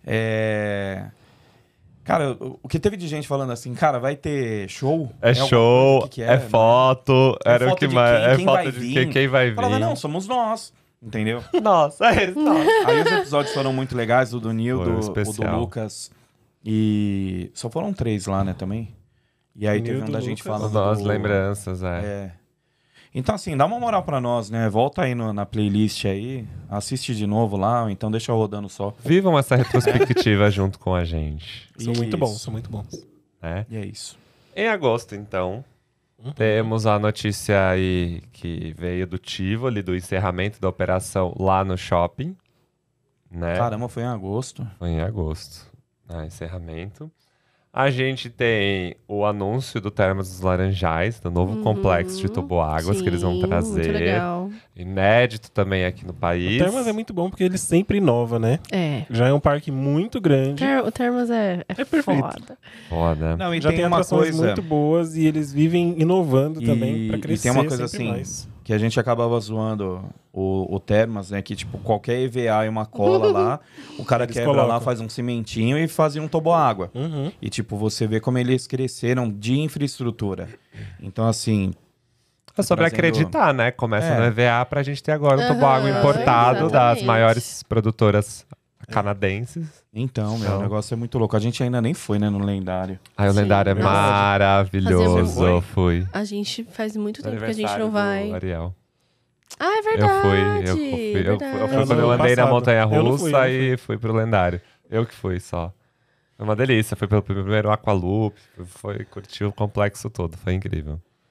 Cara, o que teve de gente falando assim, cara, vai ter show? É show, que é foto, era o foto que de mais... É quem foto vai de vir. quem vai vir. Falava, não, somos nós, entendeu? Nossa, Aí os episódios foram muito legais, o do Nil, o do Lucas. E só foram 3 lá, né, também. E aí teve um da gente falando as lembranças, Então, assim, dá uma moral pra nós, né? Volta aí na playlist aí, assiste de novo lá, ou então deixa rodando só. Vivam essa retrospectiva junto com a gente. São muito bons. E é isso. Em agosto, então, temos a notícia aí que veio do Tivoli, do encerramento da operação lá no shopping. Né? Caramba, foi em agosto. Foi em agosto. Encerramento. A gente tem o anúncio do Termas dos Laranjais, do novo complexo de toboáguas que eles vão trazer. Muito legal. Inédito também aqui no país. O Termas é muito bom porque ele sempre inova, né? É. Já é um parque muito grande. O Termas é perfeito. foda. Foda. Não, e Já tem uma atrações coisa... muito boas e eles vivem inovando também pra crescer. E tem uma coisa sempre assim, mais. que a gente acabava zoando o Termas, né? Que tipo, qualquer EVA e uma cola lá, o cara Eles quebra colocam. lá, faz um cimentinho e fazia um toboágua. E tipo, você vê como eles cresceram de infraestrutura. Então assim... É sobre trazendo- acreditar, né? Começa no EVA pra gente ter agora um toboágua Aham, importado das exatamente. maiores produtoras canadenses. Então, meu, Então. o negócio é muito louco. A gente ainda nem foi, né, no lendário. Aí o Sim. lendário é Nossa. maravilhoso. Fazia- Fui. A gente faz muito tempo que a gente Aniversário não do vai. Ariel. Ah, é verdade. Eu fui verdade. quando eu andei na Passado. montanha Eu não fui, russa eu não e fui pro lendário. Eu que fui só. Foi uma delícia. Foi pelo primeiro Aqualoop. Curti o complexo todo. Foi incrível.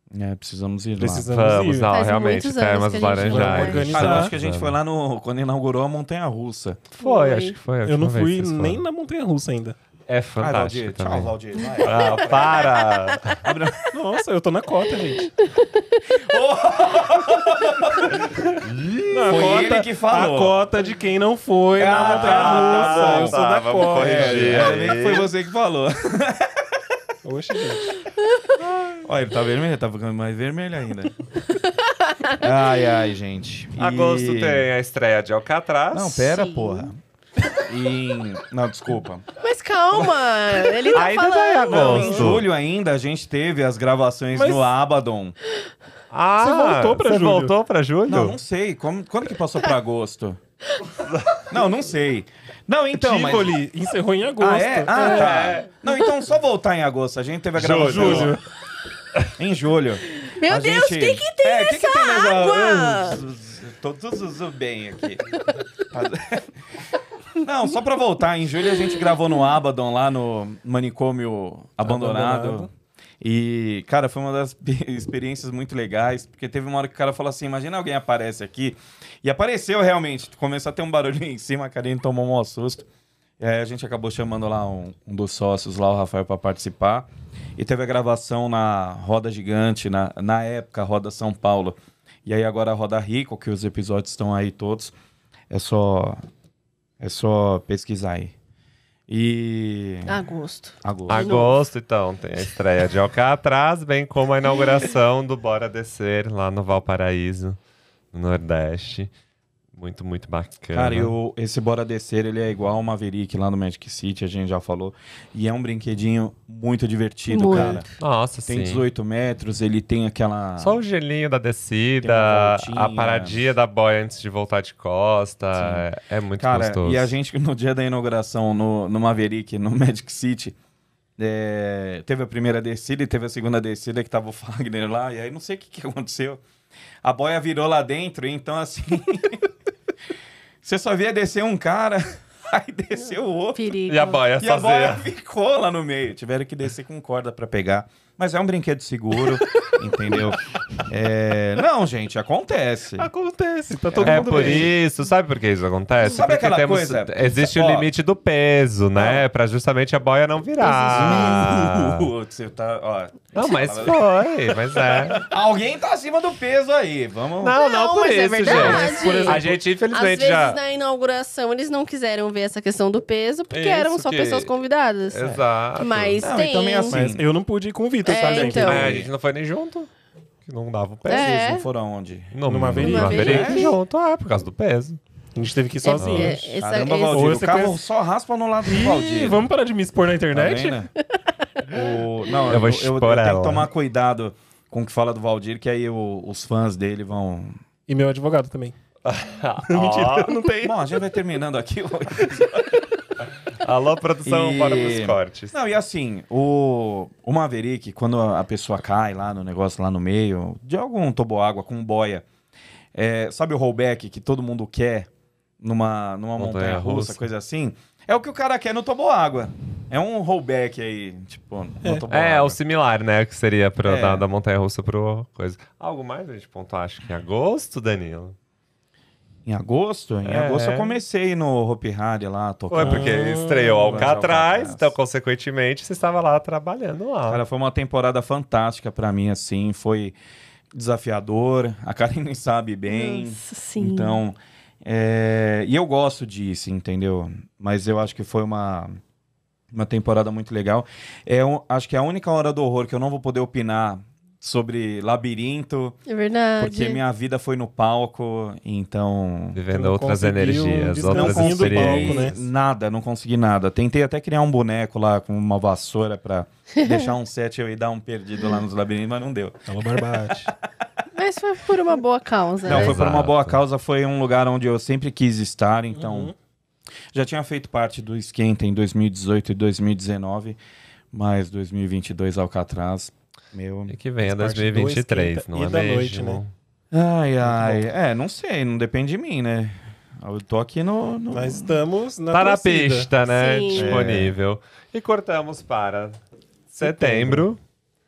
Precisamos ir lá. Precisamos Vamos, ir. não, Faz realmente, muitos anos termas que a gente não laranjais. vai. Organizar. Cara, eu acho que a gente foi lá quando inaugurou a montanha-russa. Foi, acho que foi. a Eu não última vez fui que vocês nem foram. na montanha-russa ainda. É Vai, fantástico Valdir. também. Tchau, Valdir. Vai. Ah, para! Nossa, eu tô na cota, gente. Foi ele que falou. A cota de quem não foi na Ah, montanha-russa. tá bom, Eu sou da vamos cota. corrigir. Ainda bem que foi você que falou. Oxe, gente. Olha, ele tá vermelho, tá ficando mais vermelho ainda. Ai, gente. E- Agosto tem a estreia de Alcatraz. Não, pera, Sim. porra. Não, desculpa. Mas calma, ele tá Ainda falando. vai Não, agosto. em julho ainda a gente teve as gravações Mas- no Abaddon. Ah, Você voltou pra você julho? voltou pra julho? Não sei. Quando que passou pra agosto? Não sei. Não, então, mas... Tivoli encerrou em agosto. Ah, é? Ah, tá. Não, então só voltar em agosto. A gente teve a gravação... Julho. Em julho. Meu A Deus, o gente- que tem É, nessa que tem nessa água? Tô tudo bem aqui. Não, só pra voltar, em julho a gente gravou no Abaddon, lá no manicômio abandonado. E, cara, foi uma das experiências muito legais, porque teve uma hora que o cara falou assim, imagina alguém aparece aqui. E apareceu realmente, começou a ter um barulho em cima, a Karine tomou um maior susto. E aí a gente acabou chamando lá um dos sócios, lá o Rafael, pra participar. E teve a gravação na Roda Gigante, na época, Roda São Paulo. E aí agora a Roda Rico, que os episódios estão aí todos. É só pesquisar aí. E... Agosto. Agosto, então, tem a estreia de Alcatraz, bem como a inauguração do Bora Descer, lá no Valparaíso, no Nordeste. Muito, muito bacana. Cara, esse Bora Descer, ele é igual ao Maverick lá no Magic City, a gente já falou. E é um brinquedinho muito divertido, Muito. cara. Nossa, Tem sim. 18 metros, ele tem aquela... Só o gelinho da descida, Tem uma voltinha. a paradinha da boia antes de voltar de costa. É muito Cara, gostoso. e a gente, no dia da inauguração no Maverick, no Magic City, teve a primeira descida e teve a segunda descida que tava o Fagner lá, e aí não sei o que aconteceu. A boia virou lá dentro, então assim... Você só via descer um cara, aí desceu o outro. Perigo. E a boia E a boia sozinha. ficou lá no meio. Tiveram que descer com corda pra pegar. Mas é um brinquedo seguro, entendeu? Não, gente, acontece. Acontece, tá todo É mundo por bem. isso, sabe por que isso acontece? Sabe Porque aquela coisa? existe o Ó, limite do peso, né? Pra justamente a boia não virar. Você tá, ó. Não, mas foi, mas é. Alguém tá acima do peso aí. Vamos. Não por mas isso, é verdade. gente. Por exemplo, a gente, Às infelizmente, vezes, já... na inauguração, eles não quiseram ver essa questão do peso, porque Isso eram só que- pessoas convidadas. Exato. Mas Não, tem... e também assim, Mas eu não pude ir com o Vitor, É, sabe? então. A gente não foi nem junto. Que não dava o peso. É. Vocês não foram aonde? No Maverick. No Maverick Maverick. junto, por causa do peso. A gente teve que ir sozinho. Caramba, Ou Valdir, o você carro conhece- só raspa no lado do Ih, Valdir. vamos parar de me expor na Tá internet? vendo? Não, Eu vou eu expor tenho ela. que tomar cuidado com o que fala do Valdir, que aí os fãs dele vão... E meu advogado também. Mentira, Não tem. Bom, a gente vai terminando aqui. Alô, produção, E- bora pros cortes. Não, e assim, o Maverick, quando a pessoa cai lá no negócio, lá no meio, de algum toboágua com boia, sabe o rollback que todo mundo quer numa montanha-russa, Montanha-russa. coisa assim? É o que o cara quer no toboágua. É um rollback aí, tipo, no toboágua. É, o similar, né? Que seria pro, É. da montanha-russa pro coisa. Algo mais a gente pontuar, acho que em agosto, Danilo? Em agosto? Em É. agosto eu comecei no Hopi Hari lá, Foi tocando. porque estreou Alcatraz, Alcatraz. então, consequentemente, você estava lá trabalhando lá. Cara, foi uma temporada fantástica pra mim, assim, foi desafiador, a Karine sabe bem, Nossa, sim. então, e eu gosto disso, entendeu? Mas eu acho que foi uma temporada muito legal. Acho que é a única hora do horror que eu não vou poder opinar sobre Labirinto, É verdade. porque minha vida foi no palco, então... Vivendo Não outras conseguiu energias, descansar outras do palco, experiências. né? Nada, não consegui nada. Tentei até criar um boneco lá com uma vassoura pra deixar um set eu ir dar um perdido lá nos labirintos, mas não deu. Alô, Barbate. Mas foi por uma boa causa, Não, né? foi por uma Exato. boa causa, foi um lugar onde eu sempre quis estar, então... Já tinha feito parte do Esquenta em 2018 e 2019, mas 2022 Alcatraz, meu... E que venha Faz parte 2023, do esquenta não e é da mesmo? noite, né? Ai, não sei, não depende de mim, né? Eu tô aqui no... Nós estamos na Tá na torcida. pista, né? Sim. Disponível. E cortamos para setembro.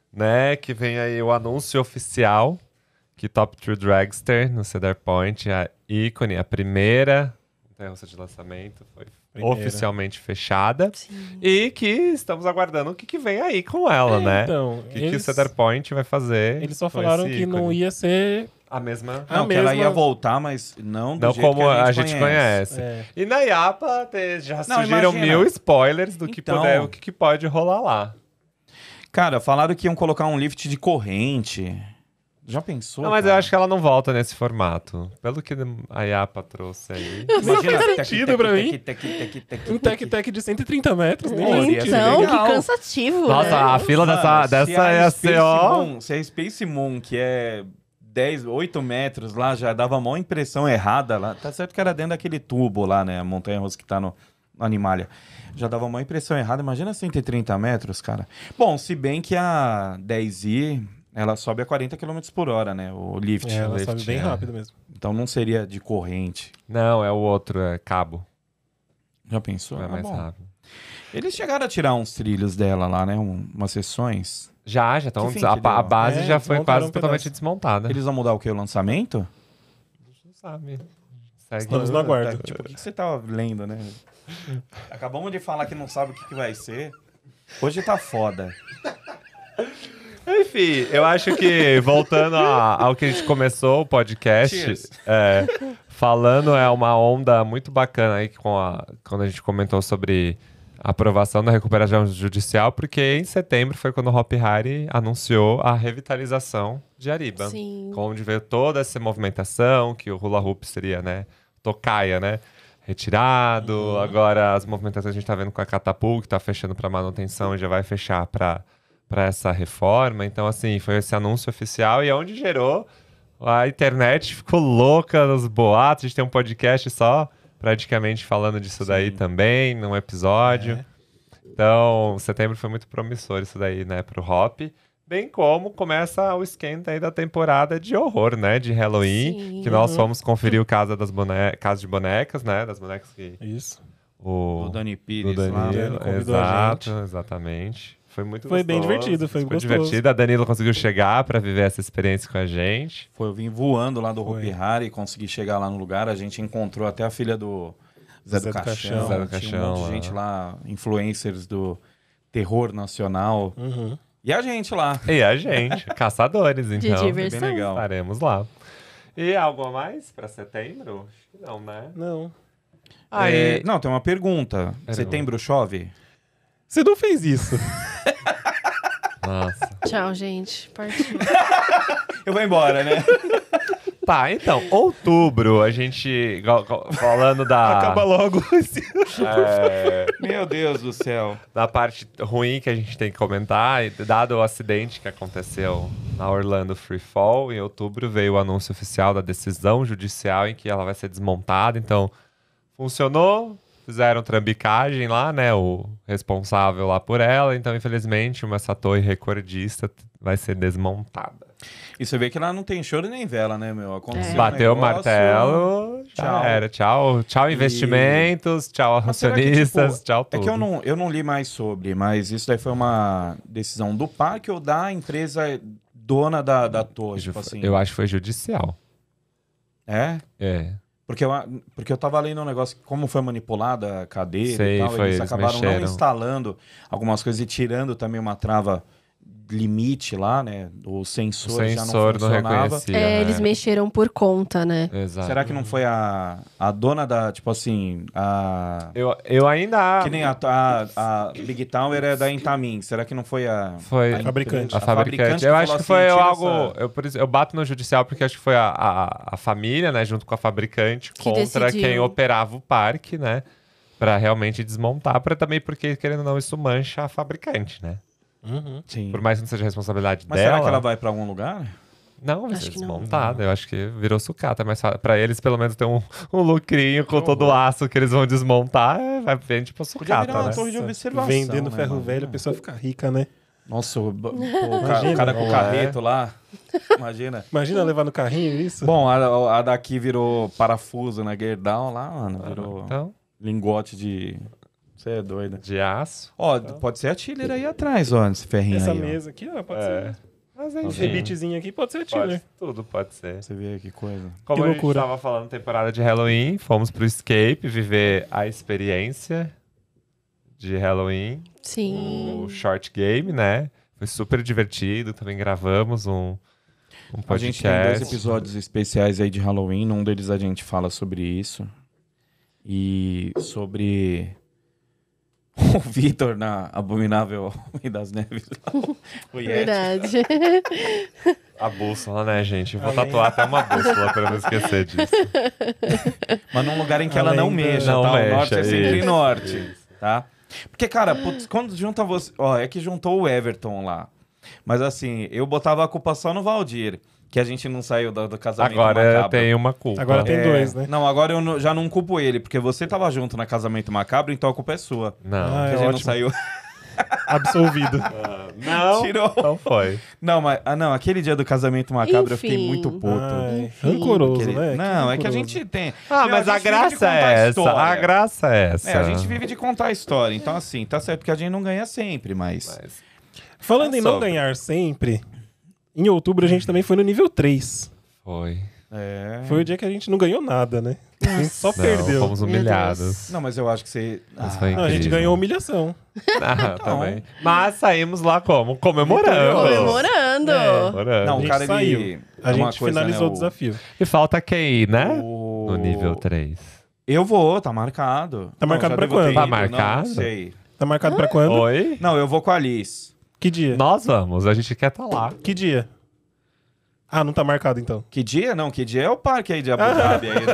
né? Que vem aí o anúncio oficial que Top True Dragster no Cedar Point, a ícone, a primeira montanha-russa de lançamento, foi oficialmente fechada. Sim. E que estamos aguardando o que vem aí com ela, né? Então, O que o Cedar Point vai fazer. Eles só com falaram esse que ícone. não ia ser... A mesma... A Não, que ela mesma- ia voltar, mas não do Não jeito como que a gente conhece. conhece. É. E na IAPA já Não, surgiram imagina. 1000 spoilers do que, Então- o que pode rolar lá. Cara, falaram que iam colocar um lift de corrente. Já pensou? Não, mas cara? eu acho que ela não volta nesse formato. Pelo que a IAPA trouxe aí. Imagina, faz sentido pra mim. Um tec-tec de 130 metros, né? Pô, ia ser Então, que legal. cansativo, Nossa, né? a fila dessa ia ser, ó... Se a Space Moon, que é 8 metros lá, já dava maior impressão errada lá. Tá certo que era dentro daquele tubo lá, né? A montanha-russa que tá no Animalia. Já dava uma impressão errada. Imagina 130 metros, cara. Bom, se bem que a 10i, ela sobe a 40 km por hora, né? O lift. Ela Lift, sobe bem é. rápido mesmo. Então não seria de corrente. Não, é o outro, é cabo. Já pensou? É Ah, mais bom. rápido. Eles chegaram a tirar uns trilhos dela lá, né? Umas sessões. Já estão... Que fim que A deu? base É, já foi desmontaram quase um totalmente pedaço. desmontada. Eles vão mudar o que? O lançamento? Não sabe. Segue. Estamos no aguardo. Tipo, o que você tá lendo, né? Acabamos de falar que não sabe o que vai ser. Hoje tá foda. Enfim, eu acho que, voltando ao que a gente começou o podcast, Cheers. falando, é uma onda muito bacana aí quando a gente comentou sobre a aprovação da recuperação judicial, porque em setembro foi quando o Hop Hari anunciou a revitalização de Ariba. Sim. Onde veio toda essa movimentação, que o hula hoop seria, né, tocaia, né? Retirado, agora as movimentações a gente tá vendo com a Catapult, que tá fechando para manutenção e já vai fechar para essa reforma. Então, assim, foi esse anúncio oficial e é onde gerou. A internet ficou louca nos boatos. A gente tem um podcast só praticamente falando disso daí também, num episódio. Então, setembro foi muito promissor isso daí, né, pro Hop. Bem como começa o esquenta aí da temporada de horror, né, de Halloween. Sim. Que nós fomos conferir o Casa de Bonecas, né, das bonecas que Isso. O o Dani do Pires lá. Danilo, convidou a gente. exatamente. Foi muito Foi bem gostoso, divertido, foi gostoso. divertido. A Danilo conseguiu chegar para viver essa experiência com a gente. Foi, eu vim voando lá do Foi. Hopi Hari e consegui chegar lá no lugar. A gente encontrou até a filha do Zé do Caixão. Zé do Tinha Caixão um monte de lá. gente lá, influencers do terror nacional. Uhum. E a gente lá. E a gente, caçadores, então. De diversão. Bem legal. Estaremos lá. E algo a mais para setembro? Acho que não, né? Não. Aí, Não, tem uma pergunta. Setembro chove? Você não fez isso. nossa. Tchau, gente. Partiu. Eu vou embora, né? Tá, então, outubro, a gente, falando da... Acaba logo esse... Meu Deus do céu. Da parte ruim que a gente tem que comentar, e dado o acidente que aconteceu na Orlando Free Fall, em outubro veio o anúncio oficial da decisão judicial em que ela vai ser desmontada. Então, funcionou, fizeram trambicagem lá, né? O responsável lá por ela. Então, infelizmente, essa torre recordista vai ser desmontada. E você vê que lá não tem choro nem vela, né, meu? Aconteceu um Bateu o negócio- martelo, já Tchau. era. Tchau, tchau investimentos, tchau Mas será que, acionistas, tipo, tchau tudo. É que eu não li mais sobre, mas isso daí foi uma decisão do parque ou da empresa dona da torre, tipo assim. Eu acho que foi judicial. É? É. Porque eu tava lendo um negócio, como foi manipulada a cadeira Sei, e tal, foi, eles eles acabaram não mexeram. instalando algumas coisas e tirando também uma trava limite lá, né? O O sensor já não sensor não funcionava. reconhecia. É, eles né? mexeram por conta, né? Exato. Será que não foi a dona da, tipo assim, a... Eu ainda... Que nem a Big Tower é da Intamin. Será que não foi a... Foi a fabricante. empresa- a fabricante. Eu falou acho que assim, foi "Tira algo... essa-" Por isso, eu bato no judicial porque acho que foi a família, né, junto com a fabricante, Que contra decidiu. quem operava o parque, né? Pra realmente desmontar, também porque, querendo ou não, isso mancha a fabricante, né? Uhum. Sim. Por mais que não seja responsabilidade Mas dela. será que ela vai pra algum lugar? Não, vai Acho ser que não. desmontada. Eu acho que virou sucata. Mas pra eles, pelo menos, ter um lucrinho com todo o aço que eles vão desmontar, vai bem tipo Podia sucata, virar uma né? torre de observação. Vendendo né, ferro mano? velho, a pessoa fica rica, né? Nossa, o Imagina, cara com o não carreto lá. Imagina. Imagina levar no carrinho isso. Bom, a daqui virou parafuso na Gerdau lá, mano. Virou Então, lingote de Você é doida. De aço. Ó, pode ser a Tiller aí atrás, ó, nesse ferrinho Essa aí. ó. mesa aqui, ó, pode ser. Mas Esse bitzinho aqui pode ser a Tiller. tudo pode ser. Você vê que coisa. Como Que a gente loucura. tava falando, temporada de Halloween, fomos pro Escape viver a experiência de Halloween. Sim. O short game, né? Foi super divertido. Também gravamos um A gente tem 2 podcast. episódios especiais aí de Halloween. Num deles a gente fala sobre isso. E sobre o Vitor na Abominável Homem das Neves. O Yeti. Verdade. A bússola, né, gente? Vou Além- tatuar até uma bússola pra não esquecer disso. Mas num lugar em que ela não Além da- mexa, Não tá? mexa, O norte é sempre isso. norte, tá? Porque, cara, putz, quando junta você... Ó, é que juntou o Everton lá. Mas assim, eu botava a culpa só no Valdir, que a gente não saiu do casamento Agora macabro. tem uma culpa. Agora tem 2, né? Não, agora eu já não culpo ele, porque você tava junto na Casamento Macabro, então a culpa é sua. Não. Ah, Que a é gente não ótimo. saiu. Absolvido. Não. Tirou. Não foi. Não, mas não, aquele dia do Casamento Macabro eu fiquei Enfim. muito puto. Ai, rancoroso, Aquele- né? Não, é que a rancoroso. gente tem. Ah, Meu, mas a gente vive de graça contar é essa. história. A graça é essa. É, a gente vive de contar a história. Então, assim, tá certo porque a gente não ganha sempre, mas. Falando É em não sobre. ganhar sempre, em outubro a gente também foi no nível 3. Foi. É. Foi o dia que a gente não ganhou nada, né? A gente só Não, perdeu. fomos Meu humilhados. Deus. Não, mas eu acho que você. Mas foi Não, a gente incrível. ganhou humilhação. Ah, também. Mas saímos lá como? Comemorando. Comemorando. Comemorando. Não, A o gente cara saiu. ele. A é uma gente coisa, finalizou né, o desafio. E falta quem, né? o- No nível 3. Eu vou, tá marcado. Tá marcado já pra devo ter quando? ido, Tá não, marcado? Não sei. Tá marcado pra quando? Oi? Não, eu vou com a Alice. Que dia? Nós vamos, a gente quer estar lá. Que dia? Ah, não tá marcado então. Que dia? Não, que dia é o parque aí de Abu Dhabi. Aí,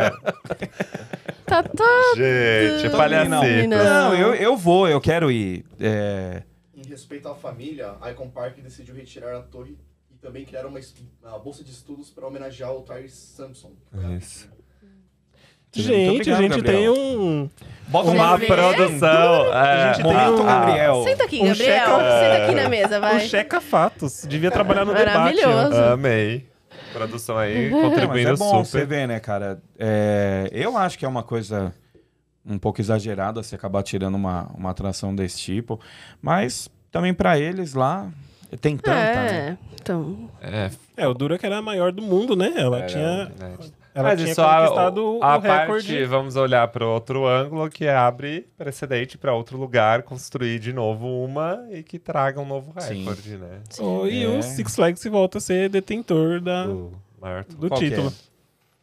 Tá todo. Gente, Não. palhacito. Não, eu vou, eu quero ir. Em respeito à família, a Icon Park decidiu retirar a torre e também criar uma bolsa de estudos para homenagear o Tyrese Sampson. Isso. Muito Gente, obrigado, a gente Gabriel. tem um... Bota Uma Vê? produção. A gente tem Momento um- Gabriel. Senta aqui, Um Gabriel. checa- Senta aqui na mesa, Um vai. checa-fatos. Devia trabalhar no debate. Maravilhoso. ó. Amei. Produção aí, Mas contribuindo é bom você super. ver, né, cara? Eu acho que é uma coisa um pouco exagerada você acabar tirando uma atração desse tipo. Mas também pra eles lá, tem tanta, né? Então. É, O duro é que era a maior do mundo, né? Ela tinha... verdade. Ela Mas tinha isso conquistado o a recorde. parte, vamos olhar para outro ângulo que abre precedente para outro lugar construir de novo uma e que traga um novo Sim. recorde, né? E É. o Six Flags volta a ser detentor Do maior do Qual que título. é?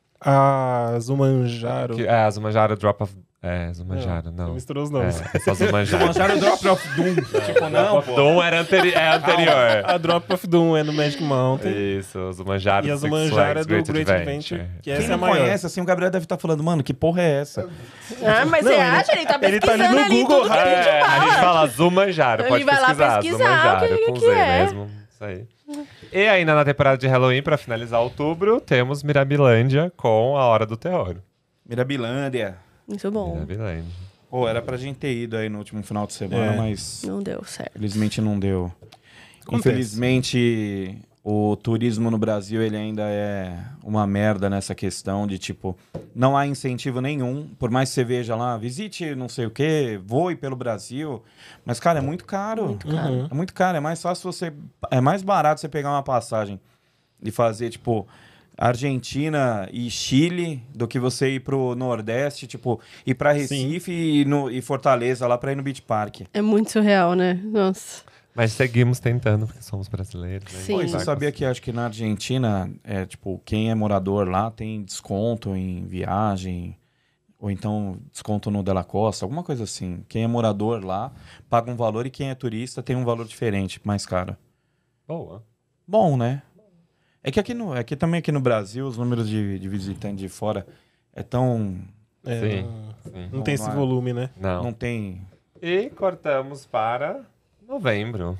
A Zumanjaro. a Zumanjaro Drop of... Zumanjaro, Você não. misturou os nomes. É só Zumanjaro. Manjaram o Drop of Doom. Tipo, não, pô. Doom era anterior. A Drop of Doom é no Magic Mountain. Isso, Zumanjaro E a Six Zumanjara é Flags do Great Adventure, que Quem essa é a não maior. conhece, assim, o Gabriel deve estar falando, mano, que porra é essa? Ah, mas Não, você ele- acha? Ele tá ele tá ali pesquisando no ali Google, tudo que a gente A gente fala. fala Zumanjaro, Ele pode vai lá pesquisar. pesquisar Zumanjaro, o que com que Z é. mesmo. Isso aí. E ainda na temporada de Halloween, pra finalizar outubro, temos Mirabilândia com A Hora do Terror. Mirabilândia. Muito bom. Mirabilândia. Pô, era pra gente ter ido aí no último final de semana, É. mas Não deu certo. felizmente não deu. Acontece. Infelizmente, o turismo no Brasil, ele ainda é uma merda nessa questão de, tipo, não há incentivo nenhum, por mais que você veja lá, visite não sei o quê, voe pelo Brasil, mas, cara, é muito caro. Muito caro. Uhum. É muito caro, é mais fácil você... É mais barato você pegar uma passagem e fazer, tipo, Argentina e Chile do que você ir pro Nordeste, tipo, ir pra Recife e Fortaleza lá pra ir no Beach Park. É muito surreal, né? Nossa. Mas seguimos tentando, porque somos brasileiros. Né? Sim. Pô, e Vai você sabia que acho que na Argentina, tipo, quem é morador lá tem desconto em viagem, ou então desconto no Della Costa, alguma coisa assim. Quem é morador lá paga um valor e quem é turista tem um valor diferente, mais caro. Boa. Bom, né? É que também aqui no Brasil os números de visitantes de fora é tão... É, Sim, não, sim. não tem esse Não é. volume, né? Não tem... E cortamos para novembro.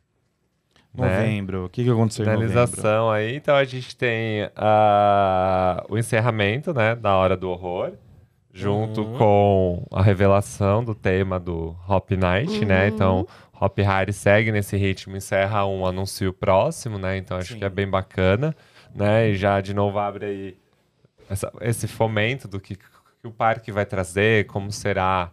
Né? Novembro. O que aconteceu em novembro? Finalização aí. Então a gente tem o encerramento, né, da Hora do Horror, junto com a revelação do tema do Hop Night, né? Então, Hop Hari segue nesse ritmo, encerra um anúncio próximo, né? Então acho Sim. que é bem bacana, né? E já de novo abre aí esse fomento do que o parque vai trazer, como será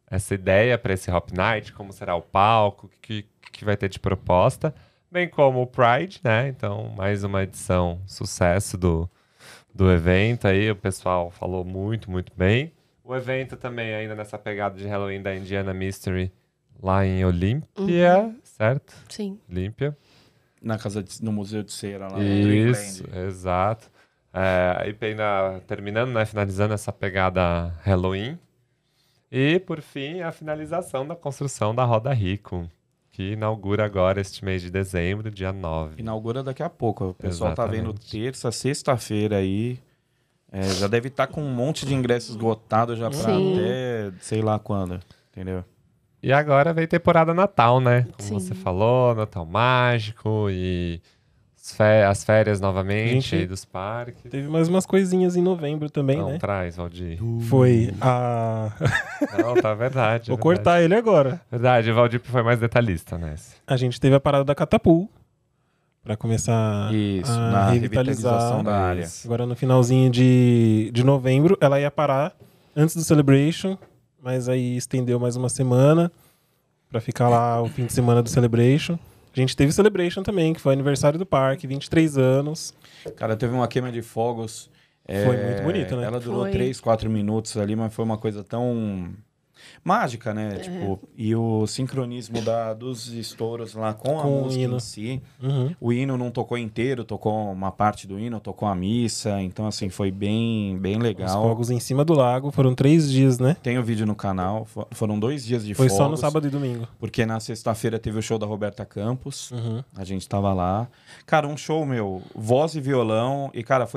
essa ideia para esse Hop Night, como será o palco, o que vai ter de proposta, bem como o Pride, né? Então, mais uma edição sucesso do evento aí, o pessoal falou muito, muito bem. O evento também ainda nessa pegada de Halloween da Indiana Mystery lá em Olímpia, certo? Sim. Olímpia. No Museu de Cera lá. Isso, exato. Aí ainda terminando, né, finalizando essa pegada Halloween. E, por fim, a finalização da construção da Roda Rico, que inaugura agora este mês de dezembro, dia 9. Inaugura daqui a pouco. O pessoal tá vendo Exatamente. terça, sexta-feira aí. Já deve estar com um monte de ingressos esgotados já pra Sim. até sei lá quando, entendeu? E agora vem temporada Natal, né? Como Sim. você falou, Natal Mágico e as férias novamente Gente, aí dos parques. Teve mais umas coisinhas em novembro também, Não, né? traz, Valdir. Foi a... Não, tá verdade. Vou cortar ele agora. Verdade, o Valdir foi mais detalhista nesse. A gente teve a parada da Catapult pra começar Isso, a na revitalizar. revitalização da área. Isso. Agora no finalzinho de novembro, ela ia parar antes do Celebration, mas aí estendeu mais uma semana pra ficar lá o fim de semana do Celebration. A gente teve Celebration também, que foi aniversário do parque, 23 anos. Cara, teve uma queima de fogos. Foi muito bonito, né? Ela durou Foi. 3, 4 minutos ali, mas foi uma coisa tão mágica, né? Tipo, e o sincronismo dos estouros lá com a Com o música hino. em si. Uhum. O hino não tocou inteiro, tocou uma parte do hino, tocou a missa. Então, assim, foi bem Os legal. fogos em cima do lago, foram 3 dias, né? Tem o vídeo no canal. Foram 2 dias de Foi fogos. só no sábado e domingo. Porque na sexta-feira teve o show da Roberta Campos. Uhum. A gente tava lá. Cara, um show, voz e violão. E, cara,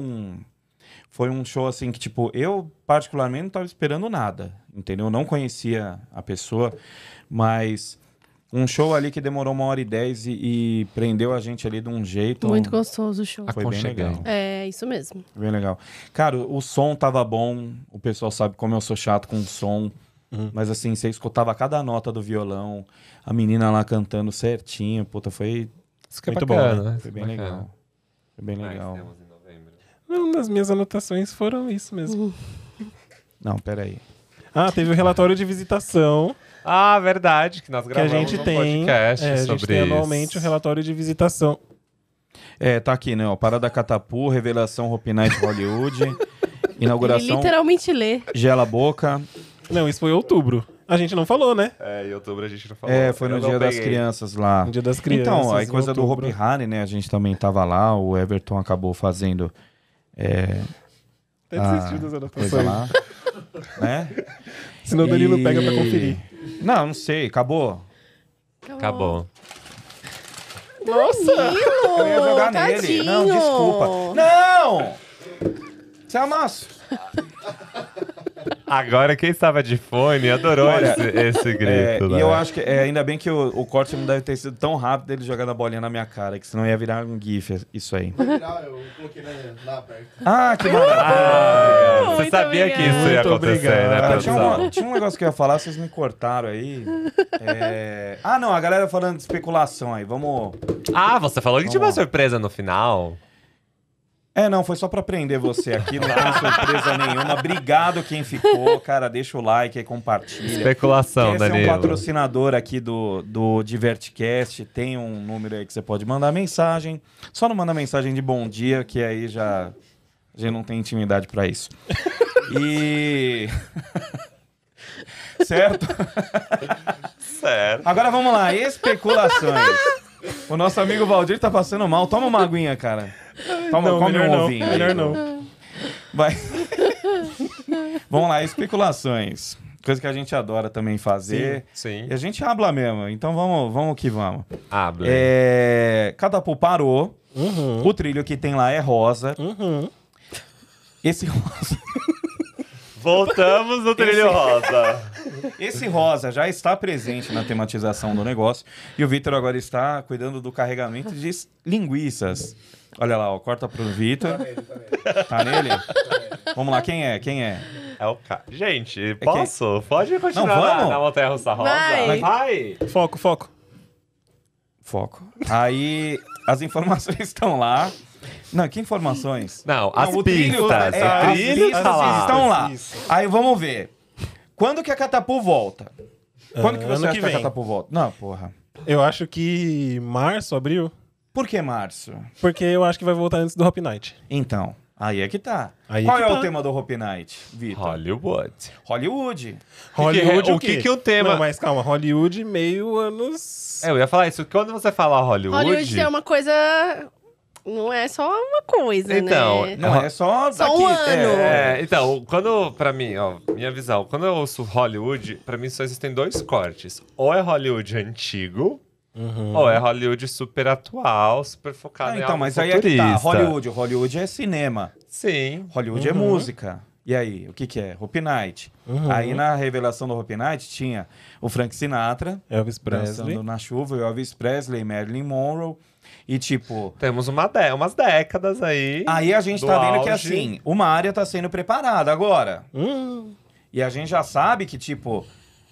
foi um show, assim, que, tipo, eu, particularmente, não tava esperando nada, entendeu? Eu não conhecia a pessoa, mas um show ali que demorou 1h10 e prendeu a gente ali de um jeito. Muito gostoso o show. Foi bem legal. Aconchegante. É, isso mesmo. Bem legal. Cara, o som tava bom. O pessoal sabe como eu sou chato com o som. Mas, assim, você escutava cada nota do violão. A menina lá cantando certinho. Puta, foi Isso que é Muito bom, bacana, né? né? bem legal. Foi bem legal. Mais temos em novembro. Não, nas minhas anotações foram isso mesmo. Não, peraí. Ah, teve o relatório de visitação Ah, verdade, que nós que a gravamos gente um tem. podcast A gente sobre tem isso. anualmente o relatório de visitação. Tá aqui, né? Ó, Parada Catapult, Revelação Hope Night Hollywood, Ele inauguração literalmente lê. Gela Boca. Não, isso foi em outubro. A gente não falou, né? Em outubro a gente não falou. Foi no Eu não Dia das peguei. Crianças lá. No Dia das Crianças. Então, aí em coisa do outubro. Hope Hari, né? A gente também tava lá, o Everton acabou fazendo Até desistiu das coisa anotações. lá. Né? Senão o Danilo pega pra conferir. Não sei, acabou. Acabou. Nossa! Eu ia jogar nele. Não, desculpa. Não! Você é amasso. Agora, quem estava de fone adorou Olha, esse grito. E né? eu acho que ainda bem que o corte não deve ter sido tão rápido ele jogando a bolinha na minha cara, que senão ia virar um gif isso aí. Vai virar, eu coloquei na aberta. Ah, que maravilha! Ah, você Muito sabia que isso ia Muito acontecer, obrigado. né, Cara, tinha, produção? tinha um negócio que eu ia falar, vocês me cortaram aí. Ah, não, a galera falando de especulação aí, vamos... Ah, você falou que tinha uma Vamos lá. surpresa no final. Não, foi só pra prender você aqui, não tem surpresa nenhuma. Obrigado quem ficou, cara, deixa o like aí, compartilha. Especulação, Quer ser um Danilo. patrocinador aqui do DivertCast, tem um número aí que você pode mandar mensagem. Só não manda mensagem de bom dia, que aí já a gente não tem intimidade pra isso. E... certo? Certo. Agora vamos lá, especulações. O nosso amigo Valdir tá passando mal. Toma uma aguinha, cara. Toma, Não, come melhor um não, ovinho. melhor aí. não. Vai. Vamos lá, especulações. Coisa que a gente adora também fazer. Sim. E a gente habla mesmo. Então vamos que vamos. Habla. Catapult parou. Uhum. O trilho que tem lá é rosa. Uhum. Esse rosa, Voltamos no trilho rosa. esse rosa já está presente na tematização do negócio. E o Vitor agora está cuidando do carregamento de linguiças. Olha lá, ó, corta pro Vitor. Tá nele? Vamos lá, quem é? É o cara. Gente, posso? Pode continuar Não, vamos? na Montanha Russa Rosa? Vai. Vai. Foco, foco. Foco. Aí as informações estão lá. Não, que informações? Não, as o trilho, pistas. as O trilho pistas tá lá. estão lá. Isso. Aí vamos ver. Quando que a Catapu volta? Quando que você ano acha que que a vem. Catapu volta? Não, porra. Eu acho que março, abril. Por que março? Porque eu acho que vai voltar antes do Hop Night. Então, aí é que tá. Aí é Qual que é tá. o tema do Hope Night, Vitor? Hollywood. Hollywood. Hollywood o que o tema... Não, mas calma, Hollywood meio anos... Eu ia falar isso. Quando você fala Hollywood... Hollywood é uma coisa... Não é só uma coisa, Então, né? Não, é só Só daqui. um ano. Então, pra mim, ó, minha visão, quando eu ouço Hollywood, pra mim só existem dois cortes. Ou é Hollywood antigo, ou é Hollywood super atual, super focado em Então, algo mas aí é que tá. futurista. Hollywood é cinema. Sim. Hollywood é música. E aí, o que que é? Hope Night. Aí na revelação do Hope Night tinha o Frank Sinatra Elvis Presley. dançando na chuva, o Elvis Presley, Marilyn Monroe. E tipo... Temos umas décadas aí. Aí a gente do tá vendo que auge. assim, uma área tá sendo preparada agora. E a gente já sabe que, tipo,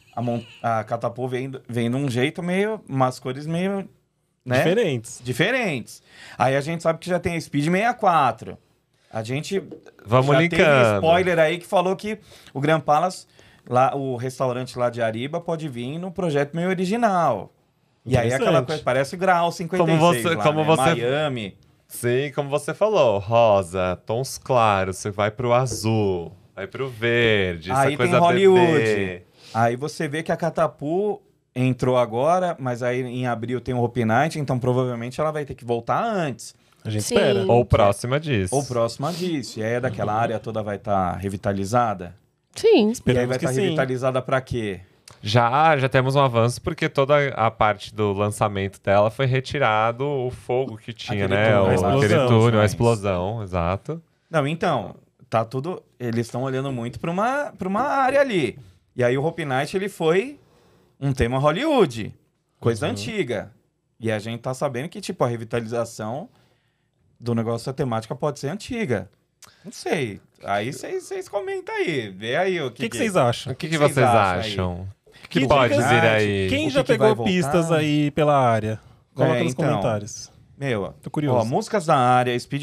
a Catapu vem de um jeito meio... Umas cores meio... Né? Diferentes. Aí a gente sabe que já tem a Speed 64. A gente Vamos já linkando. teve spoiler aí que falou que o Grand Palace, lá, o restaurante lá de Ariba, pode vir no projeto meio original. E aí aquela coisa, parece Grau 56 Como lá, você- Miami. Sim, como você falou, rosa, tons claros, você vai pro azul, vai pro verde, Aí essa coisa tem Hollywood. bebê. Aí você vê que a Catapu entrou agora, mas aí em abril tem o Hope Night, então provavelmente ela vai ter que voltar antes. A gente Sim. espera. Ou próxima disso. Ou próxima disso. E aí daquela área toda vai estar revitalizada. Sim. E aí Esperamos vai que estar sim. revitalizada pra quê? Já temos um avanço, porque toda a parte do lançamento dela foi retirado o fogo que tinha, Aquele né? túnel, a Aquele explosão, túnel, a mas- explosão, exato. Não, então, tá tudo... Eles estão olhando muito pra uma área ali. E aí o Hope Night, ele foi um tema Hollywood. Coisa antiga. E a gente tá sabendo que, tipo, a revitalização do negócio da temática pode ser antiga. Não sei. Aí vocês comentam aí. Vê aí o O que vocês acham? O que, que vocês vocês acham acham? O que Que pode dicas- vir aí? Quem O já que vai pegou voltar? pistas aí pela área? Coloca nos então. comentários. Meu, Tô curioso. ó, músicas da área, Speed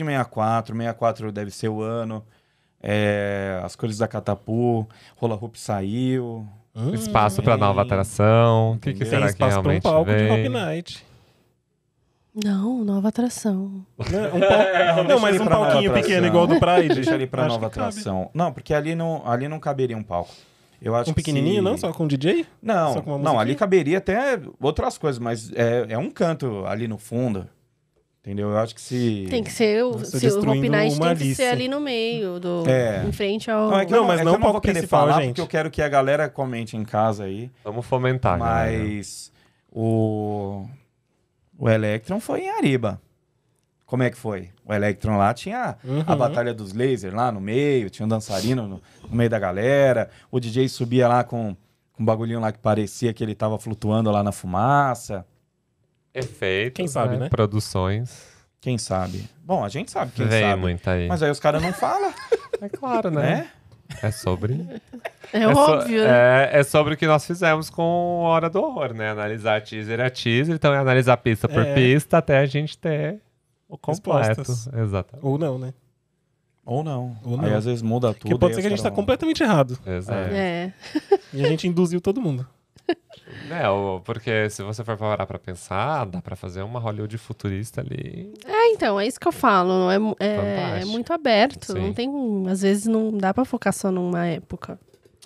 64 deve ser o ano. As cores da Catapu, Rola Hoop saiu. Espaço pra nova atração. O que Tem será que espaço pra um realmente palco de vem? Hop Night. Não, nova atração. Né? Não, mas ele um pra nova palquinho atração. pequeno igual do Pride. Deixa ele pra Acho nova que cabe. atração. Não, porque ali não caberia um palco. Eu acho Um que pequenininho, se- não? Só com DJ? Só Não, com uma não, ali musiquinha? caberia até outras coisas, mas é um canto ali no fundo. Entendeu? Eu acho que se... Tem que ser o, Nossa, se o Hope destruindo Night uma tem que Alice. ser ali no meio, em frente ao... Não, é que Não, eu mas é que não eu o vou palco querer principal, falar, gente. porque eu quero que a galera comente em casa aí. Vamos fomentar, galera. Mas o Electron foi em Ariba. Como é que foi? O Electron lá tinha a Batalha dos Lasers lá no meio, tinha um dançarino no meio da galera, o DJ subia lá com um bagulhinho lá que parecia que ele tava flutuando lá na fumaça. Efeitos, Quem sabe, né? Produções. Quem sabe? Bom, a gente sabe quem Vem sabe. muito aí. Mas aí os caras não falam, É claro, né? né? É sobre... É óbvio, né? É sobre o que nós fizemos com Hora do Horror, né? Analisar teaser a teaser, então é analisar pista por É. pista até a gente ter o completo. Respostas. Exato. Ou não, né? Ou não. Ou Aí não. às vezes muda tudo. Porque pode aí ser que a os gente tá caras vão- completamente errado. Exato. É. E a gente induziu todo mundo. Porque se você for parar pra pensar, dá pra fazer uma Hollywood futurista ali. Então, é isso que eu falo. É Fantástico. muito aberto. Sim. Não tem, às vezes não dá pra focar só numa época.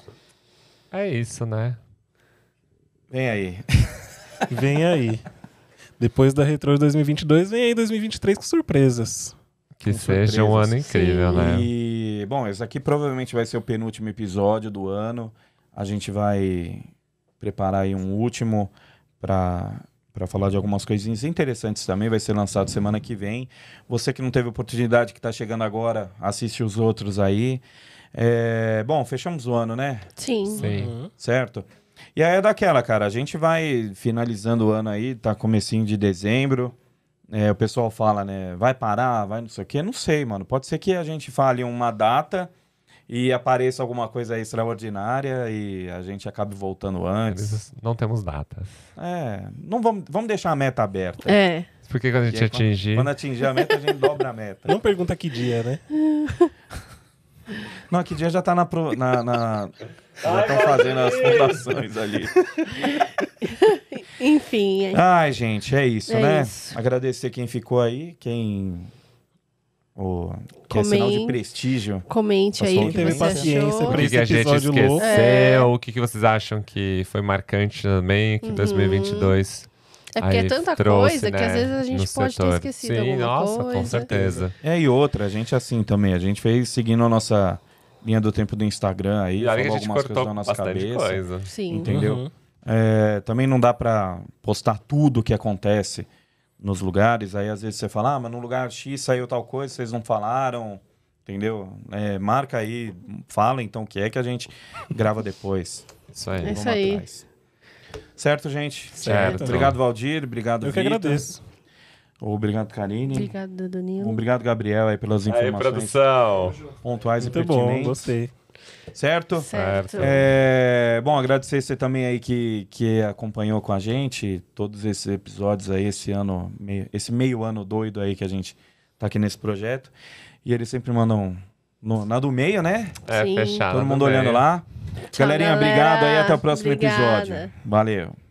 É isso, né? Vem aí. Vem aí. Depois da Retro de 2022, vem aí 2023 com surpresas. Que Com seja um ano surpresas. incrível, né? E, bom, esse aqui provavelmente vai ser o penúltimo episódio do ano. A gente vai preparar aí um último para falar de algumas coisinhas interessantes também. Vai ser lançado semana que vem. Você que não teve oportunidade, que está chegando agora, assiste os outros aí. Bom, fechamos o ano, né? Sim. Sim. Certo? E aí é daquela, cara. A gente vai finalizando o ano aí, tá comecinho de dezembro. O pessoal fala, né? Vai parar, vai não sei o quê. Não sei, mano. Pode ser que a gente fale uma data e apareça alguma coisa extraordinária e a gente acabe voltando antes. Eles não temos datas. Não vamos deixar a meta aberta. É. Porque quando a E gente aí, atingir. Quando atingir a meta, a gente dobra a meta. Não pergunta que dia, né? Não, que dia já tá já estão fazendo as fundações ali. Enfim. Ai, gente, é isso, É né? isso. Agradecer quem ficou aí, que é sinal de prestígio. Comente aí Passou o que teve você paciência achou. pra O que, esse que a gente episódio esqueceu? louco. O que, que vocês acham que foi marcante também? Que 2022 É porque é aí tanta trouxe, coisa que né, às vezes a no gente pode ter setor. esquecido Sim, alguma nossa, coisa. com certeza. E outra, a gente é assim também. A gente fez seguindo a nossa linha do tempo do Instagram aí, E olha que falou a gente algumas coisas cortou da nossa bastante cabeça. coisa. Sim. Entendeu? Uhum. Também não dá pra postar tudo que acontece nos lugares. Aí às vezes você fala, mas no lugar X saiu tal coisa, vocês não falaram. Entendeu? Marca aí, fala então o que é que a gente grava depois. Isso aí. É isso aí. Atrás. Certo, gente? Certo. Obrigado, Valdir. Obrigado, Eu que Vitor. agradeço. Obrigado, Karine. Obrigada, Danilo. Obrigado, Gabriel, aí pelas Aí, informações produção. pontuais Muito e bom, pertinentes. gostei. Certo? Certo. Bom, agradecer você também aí que acompanhou com a gente todos esses episódios aí, esse meio ano doido aí que a gente tá aqui nesse projeto. E eles sempre mandam na do meio, né? É, Sim. fechado. Todo mundo no olhando meio. lá. Tchau, Galerinha, galera. obrigado aí, até o próximo Obrigada. episódio. Valeu.